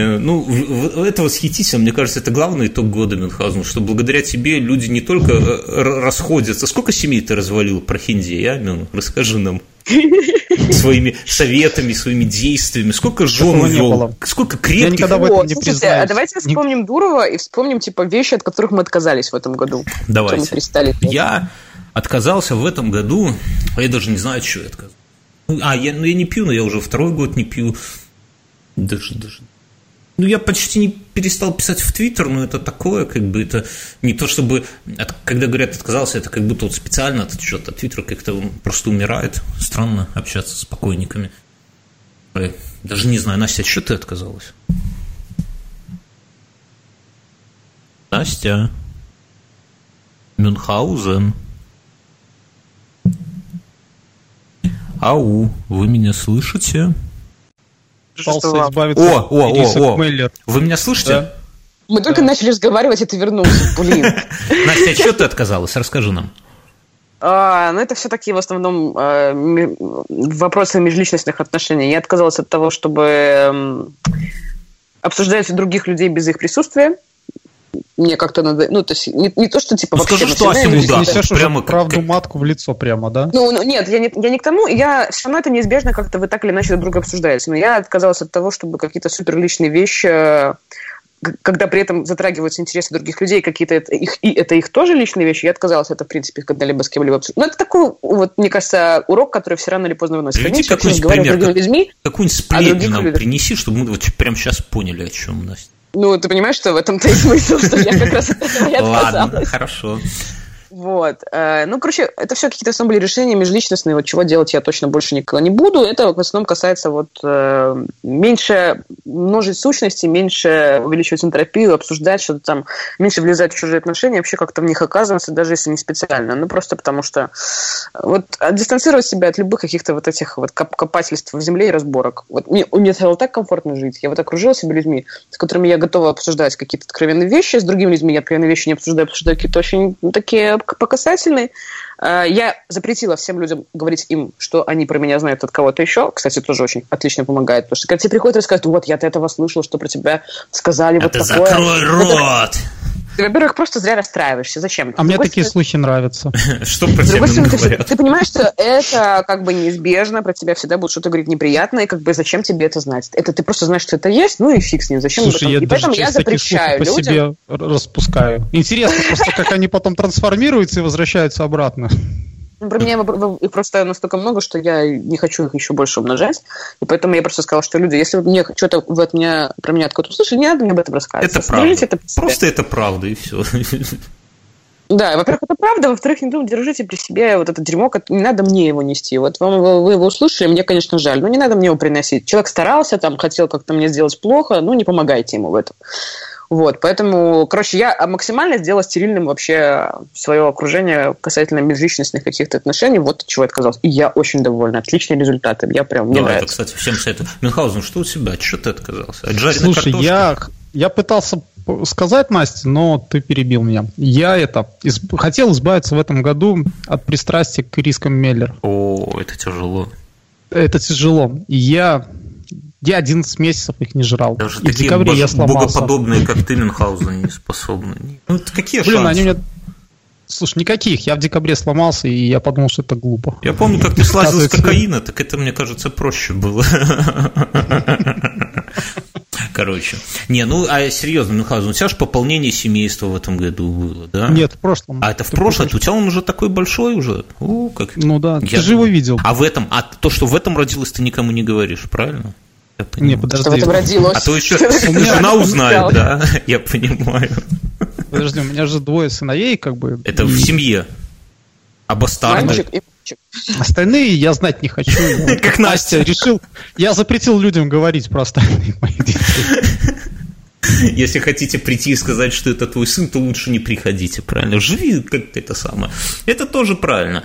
Это восхитительно. Мне кажется, это главный итог года Мюнхгаузена, что благодаря тебе люди не только расходятся. Сколько семей ты развалил про Хинди, Мюн? Расскажи нам. Своими советами, своими действиями. Сколько жен вел, сколько крепких. Я никогда в этом не признаюсь. Слушайте, а давайте вспомним Дурова и вспомним вещи, от которых мы отказались в этом году. Давайте. Я отказался в этом году, я даже не знаю, чего я отказался. Я не пью, но я уже второй год не пью. Даже. Я почти не перестал писать в Твиттер, но это такое, это не то чтобы, когда говорят отказался, это как будто специально от чего-то, Твиттер как-то просто умирает. Странно общаться с покойниками. Даже не знаю, Настя, что ты отказалась? Настя. Мюнхгаузен. Ау, вы меня слышите? Избавиться Вы меня слышите? Да. Мы только начали разговаривать, и ты вернулся, блин. Настя, что ты отказалась? Расскажи нам. Это все такие в основном вопросы межличностных отношений. Я отказалась от того, чтобы обсуждать других людей без их присутствия. Мне как-то надо... то есть не то, что вообще... Скажи, что Ася мудак. Несешь прямо правду матку в лицо прямо, да? Нет, я не к тому. Все равно это неизбежно, как-то вы так или иначе друг друга обсуждаете. Но я отказалась от того, чтобы какие-то суперличные вещи, когда при этом затрагиваются интересы других людей, какие-то это их тоже личные вещи, я отказалась это, в принципе, когда-либо с кем-либо обсуждать. Но это такой, мне кажется, урок, который все рано или поздно выносит. Приведи какой-нибудь пример, какую-нибудь сплетню нам принеси, чтобы мы прямо сейчас поняли, о чем, Настя. Ты понимаешь, что в этом-то и смысл, что я как раз от этого и отказалась. Ладно, хорошо. Это все какие-то в основном были решения межличностные, чего делать я точно больше никогда не буду. Это в основном касается меньше множить сущности, меньше увеличивать энтропию, обсуждать что-то там, меньше влезать в чужие отношения, вообще как-то в них оказываться, даже если не специально. Просто потому что дистанцировать себя от любых каких-то этих копательств в земле и разборок. Мне стало так комфортно жить. Я окружила себя людьми, с которыми я готова обсуждать какие-то откровенные вещи, с другими людьми я откровенные вещи не обсуждаю, обсуждаю какие-то очень такие по касательной. Я запретила всем людям говорить им, что они про меня знают от кого-то еще. Кстати, тоже очень отлично помогает. Потому что когда тебе приходят и рассказывают, вот, я от этого слышал, что про тебя сказали вот такое. Закрой рот! Ты, во-первых, просто зря расстраиваешься. Зачем? А мне такие слухи нравятся. Что про тебя говорят? Ты понимаешь, что это как бы неизбежно, про тебя всегда будут что-то говорить неприятное, и как бы зачем тебе это знать? Это ты просто знаешь, что это есть, ну и фиг с ним. Зачем? Слушай, и поэтому я запрещаю людям. По себе распускаю. Интересно просто, как они потом трансформируются и возвращаются обратно. Про меня их просто настолько много, что я не хочу их еще больше умножать. И поэтому я просто сказала, что люди, если вы что-то про меня от кого-то услышали, не надо мне об этом рассказывать. Это правда. Просто это правда, и все. Да, во-первых, это правда, во-вторых, не думайте, держите при себе вот это дерьмо, не надо мне его нести. Вот вы его услышали, мне, конечно, жаль, но не надо мне его приносить. Человек старался, там, хотел как-то мне сделать плохо, ну, не помогайте ему в этом. Вот, поэтому, короче, я максимально сделала стерильным вообще свое окружение касательно межличностных каких-то отношений, вот от чего я отказалась. И я очень довольна, отличные результаты, мне нравится. Это, кстати, всем советую. Мюнхгаузен, что у тебя? От чего ты отказался? От жареной картошки? Слушай, я пытался сказать, Настя, но ты перебил меня. Я хотел избавиться в этом году от пристрастия к рискам Меллер. О, это тяжело. Это тяжело. Я 11 месяцев их не жрал. Даже и в декабре я сломался. Богоподобные, как ты, Мюнхгаузен, не способны. Ну, какие шансы? Они мне... Слушай, никаких. Я в декабре сломался, и я подумал, что это глупо. Я помню, как ты слазил с кокаина, так это, мне кажется, проще было. Короче. Не, ну, а серьезно, Мюнхгаузен, у тебя же пополнение семейства в этом году было, да? Нет, в прошлом. А это в прошлом? У тебя он уже такой большой уже? Как... Ну да, ты же его видел. А то, что в этом родилось, ты никому не говоришь, правильно? Не, подожди. Что в этом родилось. А то еще жена узнает, да? Я понимаю. Подожди, у меня же 2 сыновей, как бы. Это в семье. А бастарды? Мальчик и мальчик. Остальные я знать не хочу. Как Настя решил. Я запретил людям говорить про остальных моих детей. Если хотите прийти и сказать, что это твой сын, то лучше не приходите, правильно? Живи как это самое. Это тоже правильно.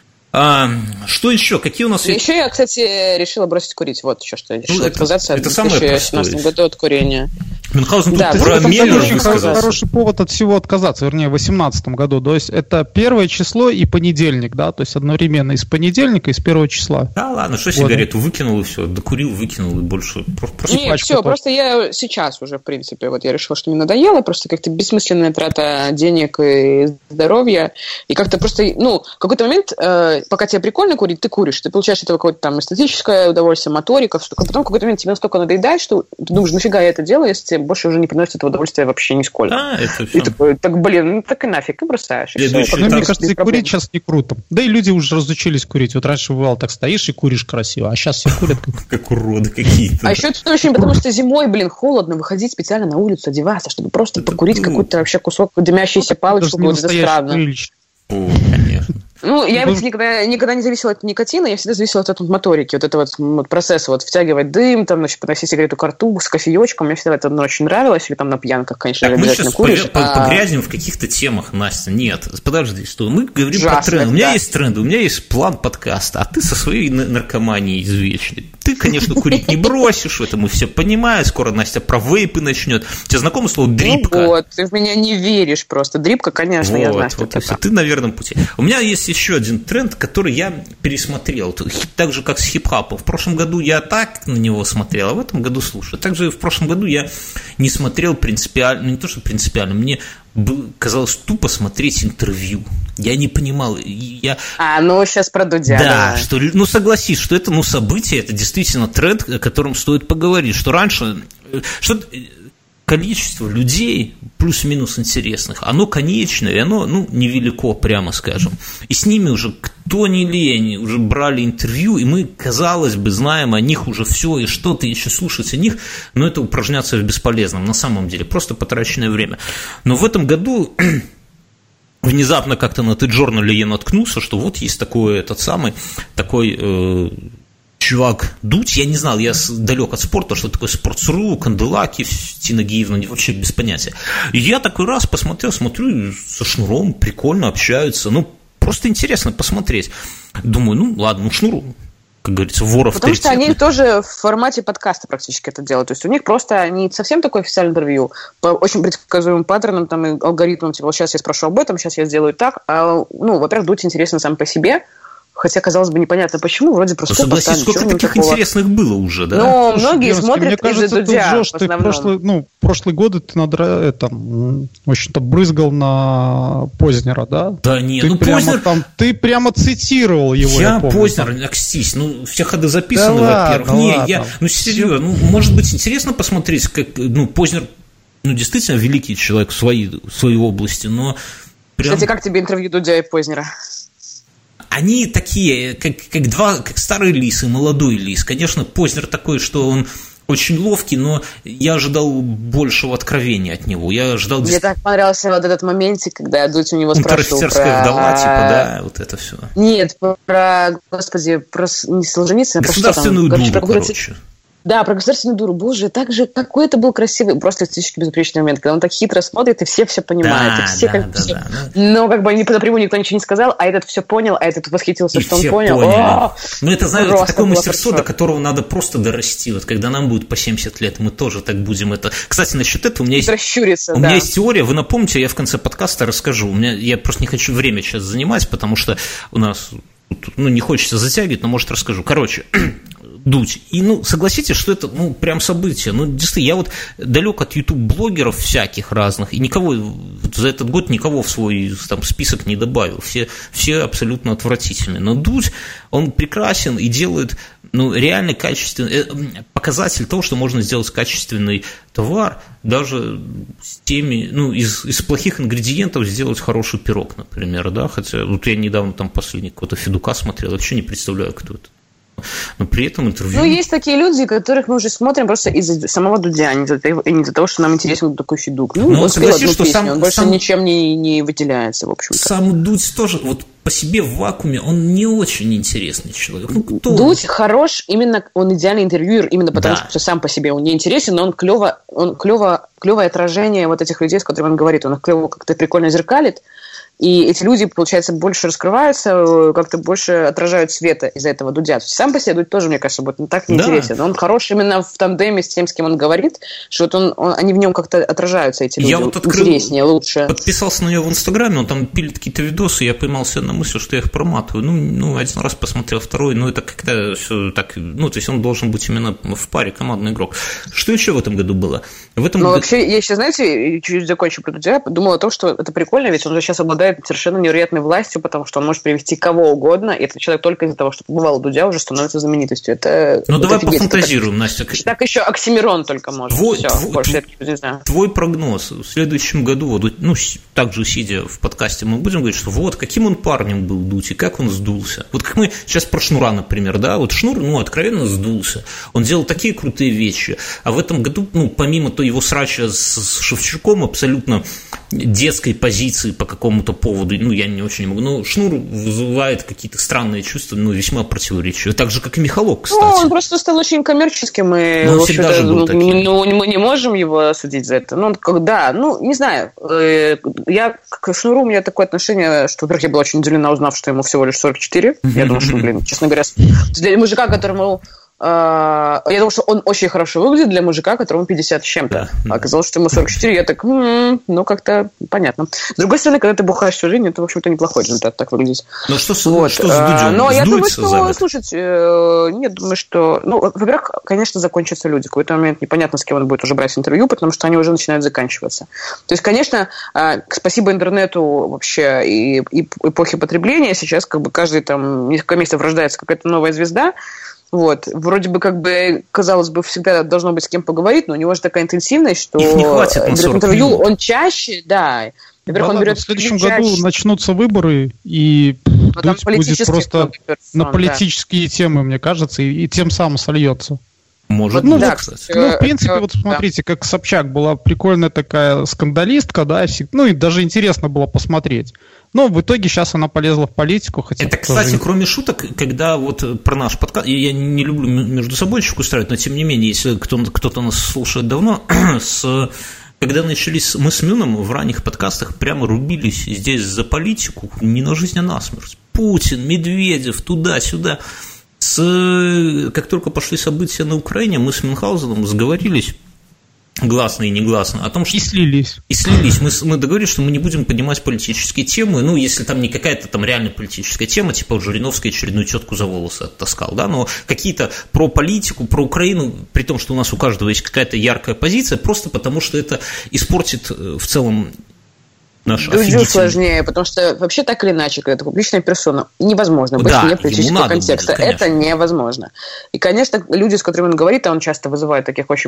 Что еще? Какие у нас... Еще я, кстати, решила бросить курить. Вот еще что. Я решила отказаться в 2017 году от курения. Мюнхгаузен, тут про Меллер сказал. Хороший повод от всего отказаться, вернее, в 2018 году. То есть это 1 число и понедельник, да? То есть одновременно из понедельника и с 1 числа. Да ладно, что сигарету выкинул и все, докурил, выкинул и больше... Нет, все, просто я сейчас уже, в принципе, вот я решила, что мне надоело, просто как-то бессмысленная трата денег и здоровья, и как-то просто, ну, в какой-то момент, пока тебе прикольно курить, ты куришь, ты получаешь это какое-то там эстетическое удовольствие, моторика, что потом в какой-то момент тебе настолько надоедает, что ты думаешь, нафига я это делаю, если тебе больше уже не приносит этого удовольствия вообще нисколько. Да, это все. И такой, так, блин, ну так и нафиг, и бросаешь. И мне кажется, и курить сейчас не круто. Да и люди уже разучились курить. Вот раньше бывало, так стоишь и куришь красиво, а сейчас все курят как уроды какие-то. А еще это очень, потому что зимой, блин, холодно, выходить специально на улицу, одеваться, чтобы просто покурить какой-то вообще кусок дымящейся палочку, это странно. О, конечно. Ну, я ведь никогда не зависела от никотина, я всегда зависела от этой моторики, вот этого вот процесса, вот втягивать дым, там, значит, подносить сигарету к рту с кофеечком, мне всегда это очень нравилось, или там на пьянках, конечно, так, обязательно куришь. Мы сейчас погрязнем в каких-то темах, Настя, нет, подожди, что мы говорим про тренды, у меня есть тренды, у меня есть план подкаста, а ты со своей наркоманией извечной. Ты, конечно, курить не бросишь, это мы все понимаем, скоро Настя про вейпы начнет. Тебе знакомо слово дрипка? Ну вот, ты в меня не веришь просто, дрипка, конечно, я знаю, что это. Ты на верном пути. У меня есть еще один тренд, который я пересмотрел, так же, как с хип-хапом. В прошлом году я так на него смотрел, а в этом году слушаю. Также в прошлом году я не смотрел принципиально, ну не то, что принципиально, мне казалось тупо смотреть интервью. Я не понимал. Ну сейчас про Дудя. Да, что, ну согласись, что это событие, это действительно тренд, о котором стоит поговорить. Что раньше... количество людей, плюс-минус интересных, оно конечное, и оно, невелико, прямо скажем. И с ними уже кто ни лень, уже брали интервью, и мы, казалось бы, знаем о них уже все, и что-то еще слушать о них, но это упражняться в бесполезном, на самом деле, просто потраченное время. Но в этом году... внезапно как-то на T-Journal я наткнулся, что вот есть такой, чувак Дудь, я не знал, я далек от спорта, что такое Sports.ru, Канделаки, Тина Гиевна, вообще без понятия. И я такой раз посмотрел, смотрю, со Шнуром прикольно общаются, просто интересно посмотреть. Думаю, ладно, Шнур как говорится, вор авторитетный. Потому что они тоже в формате подкаста практически это делают. То есть у них просто не совсем такое официальное интервью, по очень предсказуемым паттернам там, и алгоритмам, типа, вот сейчас я спрошу об этом, сейчас я сделаю так. Во-первых, Дудь интересен сам по себе, хотя, казалось бы, непонятно почему, вроде просто... Согласись, сколько таких интересных было уже, да? Но многие смотрят из-за Дудя, в основном. Прошлые годы ты в общем-то, брызгал на Познера, да? Да нет, Познер... Ты прямо цитировал его, я помню. Познер, акстись, все ходы записаны, во-первых. Серьезно, может быть, интересно посмотреть, как, Познер, действительно великий человек в своей области, но... Кстати, как тебе интервью Дудя и Познера? Они такие, как старый лис и молодой лис. Конечно, Познер такой, что он очень ловкий, но я ожидал большего откровения от него. Мне так понравился вот этот моментик, когда Дудь у него спрашивал про... вдова, да, вот это все. Нет, про не Солженицына, а про что там? Государственную дуру, короче. Да, про государственную дуру. Боже, так же, какой это был красивый, просто эстетически безупречный момент, когда он так хитро смотрит, и все понимают. Но как бы напрямую никто ничего не сказал, а этот все понял, а этот восхитился, что он понял. Это, знаете, это такое мастерство, до которого надо просто дорасти. Вот когда нам будет по 70 лет, мы тоже так будем это... Кстати, насчет этого у меня есть теория, вы напомните, я в конце подкаста расскажу. Я просто не хочу время сейчас занимать, потому что у нас... не хочется затягивать, но, может, расскажу. Короче, Дудь. И, согласитесь, что это, прям событие. Действительно, я вот далек от YouTube-блогеров всяких разных, и никого, за этот год никого в свой список не добавил. Все абсолютно отвратительные. Но Дудь, он прекрасен и делает, реально качественный, показатель того, что можно сделать качественный товар, даже с теми, из плохих ингредиентов сделать хороший пирог, например, да, хотя, я недавно последний какого-то Федука смотрел, вообще не представляю, кто это. Но при этом интервью... есть такие люди, которых мы уже смотрим просто из-за самого Дудя, не из-за того, что нам интересен такой Федук. Он согласен, что он больше ничем не выделяется, в общем-то. Сам Дудь тоже, по себе в вакууме, он не очень интересный человек. Дудь хорош, именно он идеальный интервьюер, именно потому что сам по себе он не интересен, но он клевое отражение вот этих людей, с которыми он говорит. Он их клево как-то прикольно зеркалит. И эти люди, получается, больше раскрываются, как-то больше отражают света из-за этого Дудя. То есть сам по себе Дудь тоже, мне кажется, будет так неинтересен. Он хорош именно в тандеме с тем, с кем он говорит, что они в нем как-то отражаются, эти люди. Я интереснее, лучше. Подписался на него в Инстаграме, он там пилит какие-то видосы, я поймал себя на мысли, что я их проматываю. Один раз посмотрел, второй, это как-то все так... то есть он должен быть именно в паре, командный игрок. Что еще в этом году было? Вообще, я еще, знаете, чуть-чуть закончу про Дудя, думала о том, что это прикольно, ведь он же сейчас обладает совершенно невероятной властью, потому что он может привести кого угодно, и этот человек только из-за того, что побывал у Дудя, уже становится знаменитостью. Давай пофантазируем, Настя. Так еще Оксимирон только может. Больше я не знаю. Твой прогноз в следующем году, также сидя в подкасте, мы будем говорить, что каким он парнем был Дудь, и как он сдулся. Как мы сейчас про Шнура, например, да, Шнур, откровенно сдулся. Он делал такие крутые вещи, а в этом году, помимо его срача с Шевчуком, абсолютно детской позиции по какому-то поводу, я не очень могу, но Шнур вызывает какие-то странные чувства, весьма противоречивые, так же, как и Михалок, кстати. Он просто стал очень коммерческим, и, в общем-то, мы не можем его судить за это. Не знаю, я к Шнуру, у меня такое отношение, что, во-первых, я была очень удивлена, узнав, что ему всего лишь 44, я думаю, что, честно говоря, для мужика, которому... Я думал, что он очень хорошо выглядит для мужика, которому 50 с чем-то. А оказалось, что ему 44, я так, как-то понятно. С другой стороны, когда ты бухаешь всю жизнь, это, в общем-то, неплохой результат так выглядеть. Что с Дудем? Но я думаю, что, слушайте, думаю, что... во-первых, конечно, закончатся люди. В какой-то момент непонятно, с кем он будет уже брать интервью, потому что они уже начинают заканчиваться. То есть, конечно, спасибо интернету вообще и эпохе потребления, сейчас каждый несколько месяцев рождается какая-то новая звезда. Вроде бы, казалось бы, всегда должно быть с кем поговорить, но у него же такая интенсивность, что их не хватит на 40 интервью минут. Он чаще, да. Во-первых, он берет в следующем году начнутся выборы, и Дудь будет просто на политические темы, мне кажется, и тем самым сольется. Может быть, кстати. В принципе, смотрите, как Собчак была прикольная такая скандалистка, да, и даже интересно было посмотреть. Но в итоге сейчас она полезла в политику. Это, кстати, кроме шуток, когда про наш подкаст, я не люблю между собойчик устраивать, но тем не менее, если кто-то нас слушает давно, когда начались мы с Мюном в ранних подкастах прямо рубились здесь за политику, не на жизнь, а на смерть. Путин, Медведев, туда-сюда. как только пошли события на Украине, мы с Мюнхгаузеном сговорились, гласно и негласно, о том, что... И слились. Мы договорились, что мы не будем поднимать политические темы, ну, если там не какая-то там реально политическая тема, типа Жириновский очередную тетку за волосы оттаскал, да, но какие-то про политику, про Украину, при том, что у нас у каждого есть какая-то яркая позиция, просто потому что это испортит в целом наш Дудю сложнее, потому что вообще так или иначе, когда ты публичная персона, невозможно быть вне политического контекста. Это невозможно. И, конечно, люди, с которыми он говорит, он часто вызывает таких очень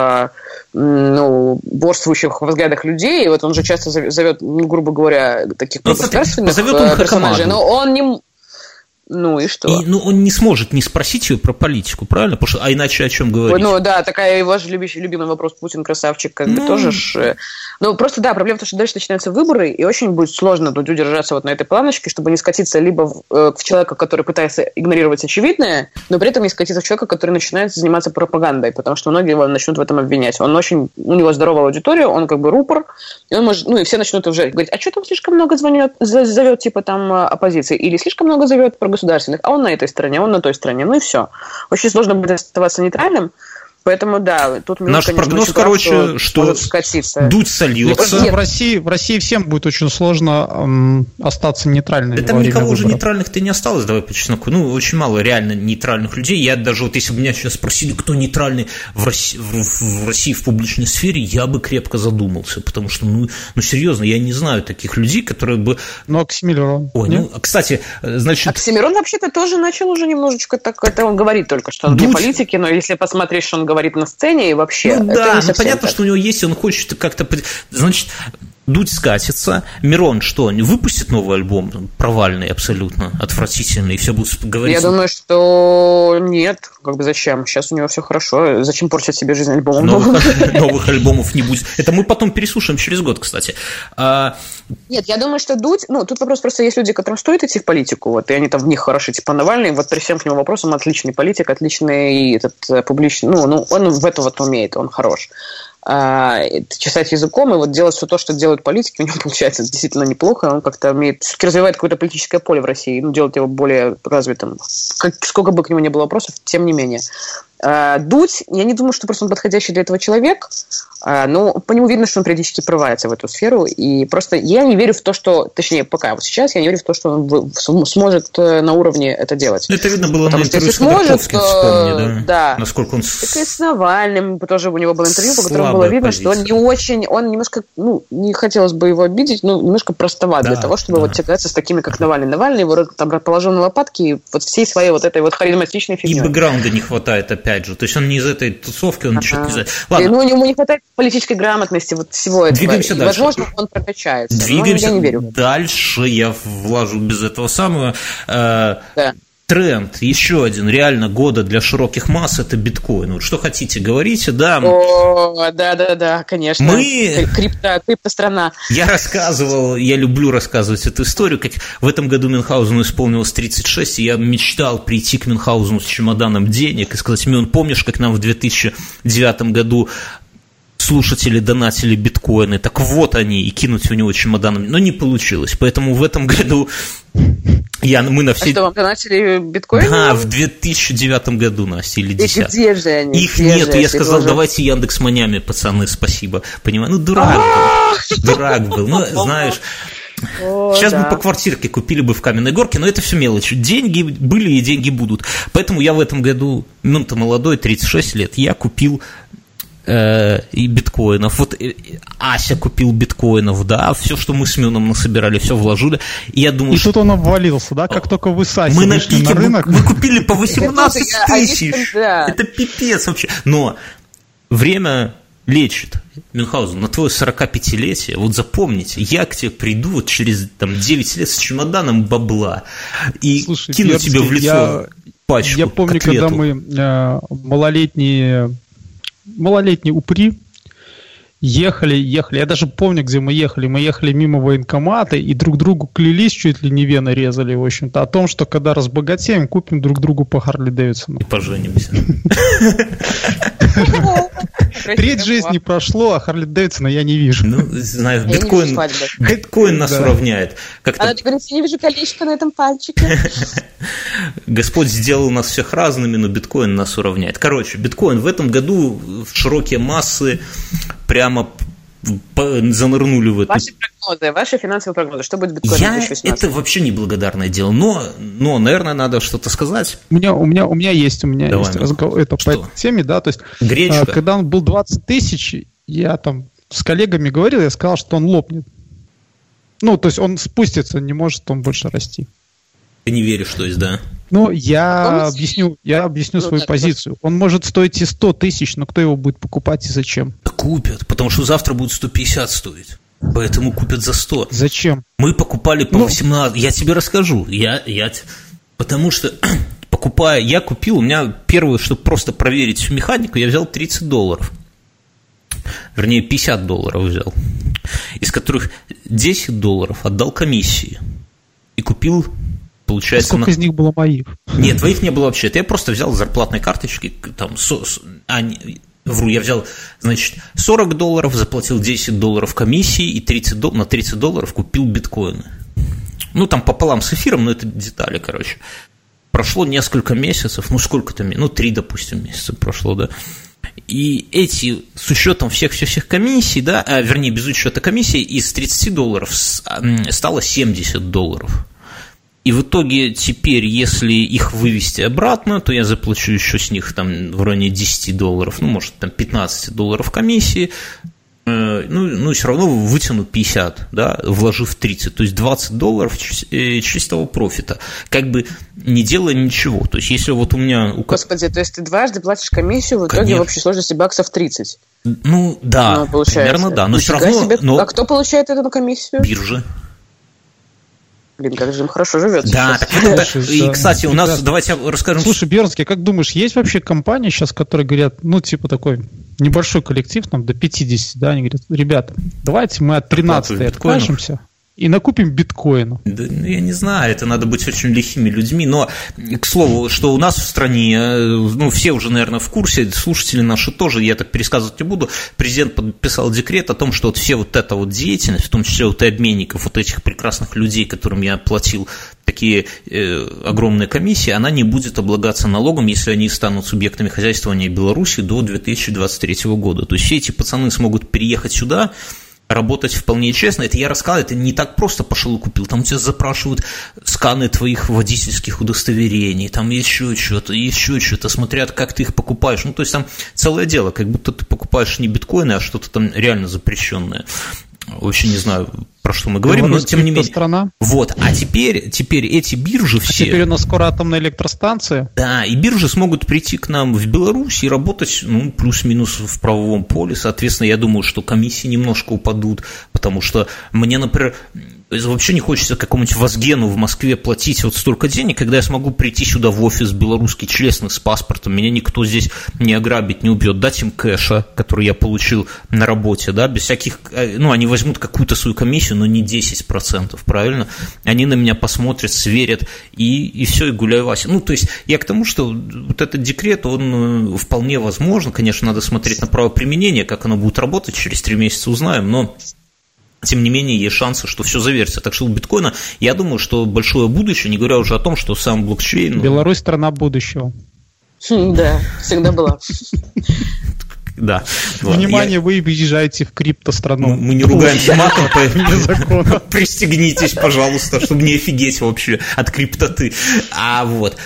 борствующих во взглядах людей, и вот он же часто зовет, грубо говоря, таких государственных персонажей, но он не... Ну и что? Он не сможет не спросить ее про политику, правильно? Потому что, а иначе о чем говорить? Ну да, такая его же любимый вопрос: Путин красавчик, как бы тоже ж... Ну просто да, проблема в том, что дальше начинаются выборы, и очень будет сложно Дудю держаться вот на этой планочке, чтобы не скатиться либо в человека, который пытается игнорировать очевидное, но при этом не скатиться в человека, который начинает заниматься пропагандой, потому что многие его начнут в этом обвинять. У него здоровая аудитория, он как бы рупор, и он может, и все начнут уже говорить: а что там слишком много зовет типа там оппозиции, или слишком много зовет про государственных, а он на этой стороне, он на той стороне, ну и все. Очень сложно будет оставаться нейтральным, поэтому да, тут наш прогноз, короче, что Дудь сольется. В России всем будет очень сложно остаться нейтральными. Да там никого уже нейтральных-то не осталось, давай по чесноку. Очень мало реально нейтральных людей. Я даже вот если бы меня сейчас спросили, кто нейтральный в России в публичной сфере, я бы крепко задумался, потому что, серьезно, я не знаю таких людей, которые бы... Оксимирон. Кстати, значит... Оксимирон вообще-то тоже начал уже немножечко так, это он говорит только, что он для политики, но если посмотреть, что он говорит на сцене и вообще... понятно, что у него есть, он хочет как-то... Значит, Дудь скатится, Мирон что, выпустит новый альбом? Провальный абсолютно, отвратительный, и все будут говорить... Я думаю, что нет, зачем? Сейчас у него все хорошо, зачем портить себе жизнь альбомом? Новых альбомов не будет. Это мы потом переслушаем через год, кстати. Нет, я думаю, что Дудь... тут вопрос просто, есть люди, которым стоит идти в политику, и они там в них хороши, типа Навальный, вот при всем к нему вопросам отличный политик, отличный публичный... он в это умеет, он хорош. Чесать языком и вот делать все то, что делают политики, у него получается действительно неплохо, он как-то умеет, все-таки развивает какое-то политическое поле в России, делать его более развитым. Сколько бы к нему ни было вопросов, тем не менее. Дудь, я не думаю, что просто он подходящий для этого человек, но по нему видно, что он периодически прорывается в эту сферу, и просто я не верю в то, что, точнее, пока вот сейчас я не верю в то, что он сможет на уровне это делать. Это видно было на интервью с Ходорковским, вспомни, да? Насколько он... Так и с Навальным тоже у него было интервью, по которому было видно, что он не очень, он немножко, не хотелось бы его обидеть, но немножко простоват для того, чтобы вот тягаться с такими, как Навальный. Навальный его там положил на лопатки и вот всей своей вот этой вот харизматичной фигней. И бэкграунда не хватает, опять же. То есть он не из этой тусовки, он что-то не знает. Ладно. Ему не хватает политической грамотности, вот всего этого. Двигаемся дальше. Возможно, он прокачается. Двигаемся я не верю. Дальше. Я влажу без этого самого. Тренд, еще один, реально года для широких масс, это биткоин. Вот что хотите, говорите, да? Да, конечно. Криптострана. Я люблю рассказывать эту историю, как в этом году Мюнхгаузену исполнилось 36, и я мечтал прийти к Мюнхгаузену с чемоданом денег и сказать: Мюн, помнишь, как нам в 2009 году слушатели донатили биткоины, так вот они, и кинуть в него чемоданом, но не получилось, поэтому в этом году мы на все... А что, вам донатили биткоины? Да, в 2009 году, Настя, или 2010. Где же они? Их нету, я сказал, давайте Яндекс.Манями, пацаны, спасибо, понимаю, дурак был, знаешь... Сейчас бы по квартирке купили бы в Каменной Горке, но это все мелочи. Деньги были и деньги будут. Поэтому я в этом году, ты молодой, 36 лет, я купил и биткоинов. Вот Ася купил биткоинов, да, все, что мы с Мюном насобирали, все вложили. И я думаю, тут он обвалился, да, как только вы с Асей мы на пике, на рынок. Мы купили по 18 тысяч. Это пипец вообще. Но время лечит. Мюнхгаузен, на твое 45-летие, вот запомните, я к тебе приду вот через 9 лет с чемоданом бабла и кину тебе в лицо пачку. Я помню, когда мы малолетние упыри, ехали. Я даже помню, где мы ехали. Мы ехали мимо военкомата и друг другу клялись, чуть ли не вены резали, в общем-то, о том, что когда разбогатеем, купим друг другу по Харли Дэвидсону. И поженимся. Треть жизни прошло, а Харли Дэвидсона я не вижу. Ну, знаешь, биткоин нас уравняет. Она говорит, я не вижу колечко на этом пальчике. Господь сделал нас всех разными, но биткоин нас уравняет. Короче, биткоин в этом году в широкие массы прямо занырнули в это. Ваши финансовые прогнозы, что будет биткоин в 2018? Это вообще неблагодарное дело, но, наверное, надо что-то сказать. У меня есть разговор по этой теме, да, то есть, гречка. Когда он был 20 тысяч, я там с коллегами говорил, я сказал, что он лопнет. Ну, то есть он спустится, не может он больше расти. Ты не веришь, то есть, да? Ну, я объясню свою позицию. Он может стоить и 100 тысяч, но кто его будет покупать и зачем? Купят, потому что завтра будет 150 стоить. Поэтому купят за 100. Зачем? Мы покупали по 18. Я тебе расскажу. Потому что, покупая, я купил, у меня первое, чтобы просто проверить всю механику, я взял $30. Вернее, $50 взял. Из которых $10 отдал комиссии. И купил, получается... Сколько из них было моих? Нет, твоих не было вообще. Это я просто взял зарплатной карточки, там, я взял, значит, $40, заплатил $10 комиссии и на $30 купил биткоины. Ну, там пополам с эфиром, но это детали, короче. Прошло несколько месяцев, 3, допустим, месяца прошло, да. И эти, с учетом всех комиссий, да, вернее, без учета комиссии, из $30 стало $70. И в итоге теперь, если их вывести обратно, то я заплачу еще с них там в районе $10, ну, может, там $15 комиссии, ну, все равно вытяну 50, да, вложив 30, то есть $20 чистого профита, как бы не делая ничего. То есть, если вот у меня... Господи, то есть ты дважды платишь комиссию, в итоге в общей сложности баксов 30? Ну, да, примерно да, но все равно... А кто получает эту комиссию? Биржи. Блин, как же им хорошо живется. Да, так и, кстати, у нас, давайте расскажем... Слушай, Бернский, как думаешь, есть вообще компании сейчас, которые говорят, ну, типа такой небольшой коллектив, там, до 50, да, они говорят, ребята, давайте мы от 13-й откажемся и накупим биткоину. Да, я не знаю, это надо быть очень лихими людьми, но, к слову, что у нас в стране, ну, все уже, наверное, в курсе, слушатели наши тоже, я так пересказывать не буду, президент подписал декрет о том, что вот все вот эта вот деятельность, в том числе вот и обменников, вот этих прекрасных людей, которым я платил такие огромные комиссии, она не будет облагаться налогом, если они станут субъектами хозяйствования Беларуси до 2023 года. То есть все эти пацаны смогут переехать сюда, работать вполне честно. Это я рассказал, это не так просто пошел и купил. Там у тебя запрашивают сканы твоих водительских удостоверений, там еще что-то, смотрят, как ты их покупаешь. Ну, то есть там целое дело, как будто ты покупаешь не биткоины, а что-то там реально запрещенное. Вообще не знаю, про что мы говорим, но тем не менее. Страна. Вот, а теперь эти биржи все... Теперь у нас скоро атомная электростанция. Да, и биржи смогут прийти к нам в Беларусь и работать, ну, плюс-минус в правовом поле. Соответственно, я думаю, что комиссии немножко упадут, потому что мне, например, вообще не хочется какому-нибудь Возгену в Москве платить вот столько денег, когда я смогу прийти сюда в офис белорусский, честный, с паспортом, меня никто здесь не ограбит, не убьет, дать им кэша, который я получил на работе, да, без всяких, ну, они возьмут какую-то свою комиссию, но не 10%, правильно? Они на меня посмотрят, сверят, и все, и гуляй, Вася. Ну, то есть, я к тому, что вот этот декрет, он вполне возможен, конечно, надо смотреть на правоприменение, как оно будет работать, через 3 месяца узнаем, но... Тем не менее, есть шансы, что все завершится. Так что у биткоина, я думаю, что большое будущее, не говоря уже о том, что сам блокчейн... Беларусь – страна будущего. Да, всегда была. Да. Внимание, вы въезжаете в криптострану. Мы не ругаемся матом, поэтому пристегнитесь, пожалуйста, чтобы не офигеть вообще от криптоты. А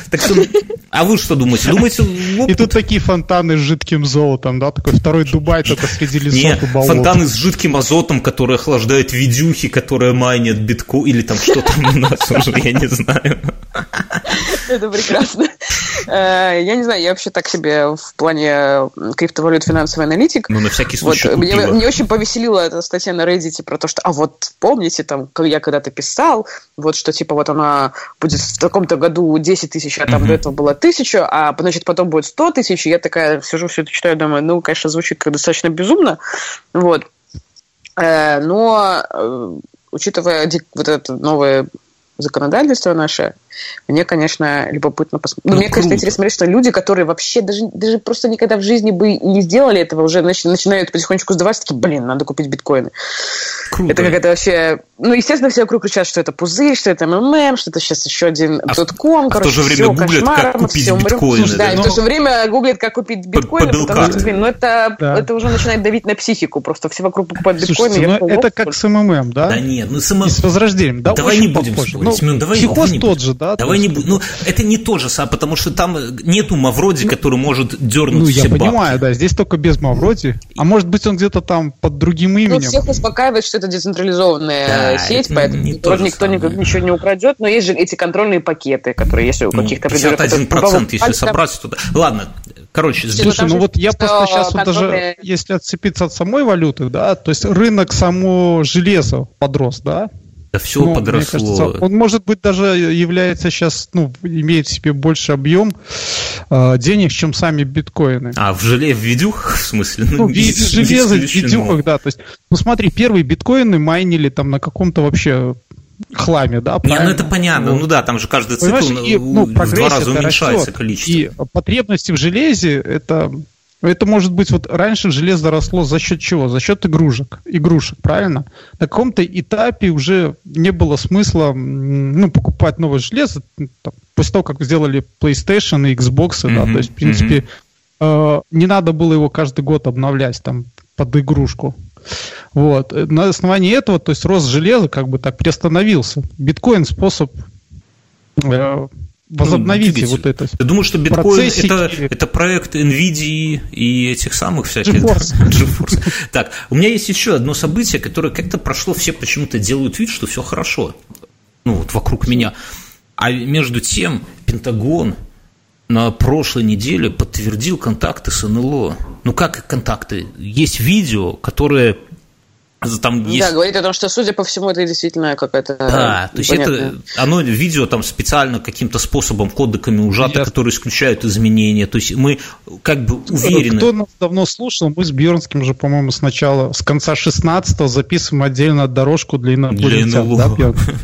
вы что думаете? И тут такие фонтаны с жидким золотом, да, такой второй Дубай только среди лесов и болот. Фонтаны с жидким азотом, которые охлаждают видюхи, которые майнят биткоин, или там что там у нас уже, я не знаю. Это прекрасно. Я не знаю, я вообще так себе в плане криптовалют финансов финансовый аналитик. Ну, на всякий случай вот, мне очень повеселила эта статья на Reddit про то, что, помните, там, я когда-то писал, вот, что, типа, вот она будет в таком-то году 10 тысяч, а там до этого было 1000, а, значит, потом будет 100 тысяч, и я такая сижу, все это читаю, думаю, конечно, звучит как достаточно безумно, вот. Но, учитывая вот это новое законодательство наше, мне, конечно, любопытно посмотреть. Мне, конечно, интересно смотреть, что люди, которые вообще даже просто никогда в жизни бы не сделали этого, уже начинают потихонечку сдаваться, такие, надо купить биткоины. Круто. Это какая-то вообще... естественно, все вокруг кричат, что это пузырь, что это МММ, что это сейчас еще один дотком. В то же время гуглят, как купить биткоины. Да, и в то же время гуглят, как купить биткоины, потому что, это уже начинает давить на психику. Просто все вокруг покупают биткоины. Слушайте, это как с МММ, да? Да нет, с Возрождением, да? Давай не будем спорить, Семен, психоз тот же, да? Давай не будем. Это не то же самое, потому что там нету Мавроди, который может дернуть все бабки. Я понимаю, да, здесь только без Мавроди. А может быть, он где-то там под другим именем. Всех успокаивает, что это децентрализованная сеть, поэтому никто ничего не украдет, но есть же эти контрольные пакеты, которые есть у каких-то... 51%, если собрать туда. Ладно, короче... Слушай, я просто сейчас даже, если отцепиться от самой валюты, да, то есть рынок само железо подрос, да? Да все подросло. Мне кажется, он, может быть, даже является сейчас, имеет в себе больше объем денег, чем сами биткоины. А в видюхах, в смысле? Железо, в видюхах, да. То есть, смотри, первые биткоины майнили там на каком-то вообще хламе, да? Это понятно. Там же каждый цикл в 2 раза уменьшается количество. И потребности в железе, это может быть, раньше железо росло за счет чего? За счет игрушек, правильно? На каком-то этапе уже не было смысла покупать новое железо, после того, как сделали PlayStation и Xbox, да, то есть, в принципе, не надо было его каждый год обновлять там под игрушку. Вот. На основании этого, то есть, рост железа как бы так приостановился. Биткоин способ... возобновите вот это. Ты думаешь, что биткоин это проект NVIDIA и этих самых всяких GeForce? Так, у меня есть еще одно событие, которое как-то прошло, все почему-то делают вид, что все хорошо. Вокруг меня. А между тем Пентагон на прошлой неделе подтвердил контакты с НЛО. Как контакты? Есть видео, которое... Там есть... Да, говорит о том, что, судя по всему, это действительно какая-то... Да, то есть оно видео там специально каким-то способом, кодеками ужато, которые исключают изменения. То есть мы как бы уверены... Кто нас давно слушал, мы с Бьернским же, по-моему, с конца 16-го записываем отдельно дорожку для инопланетян. Да,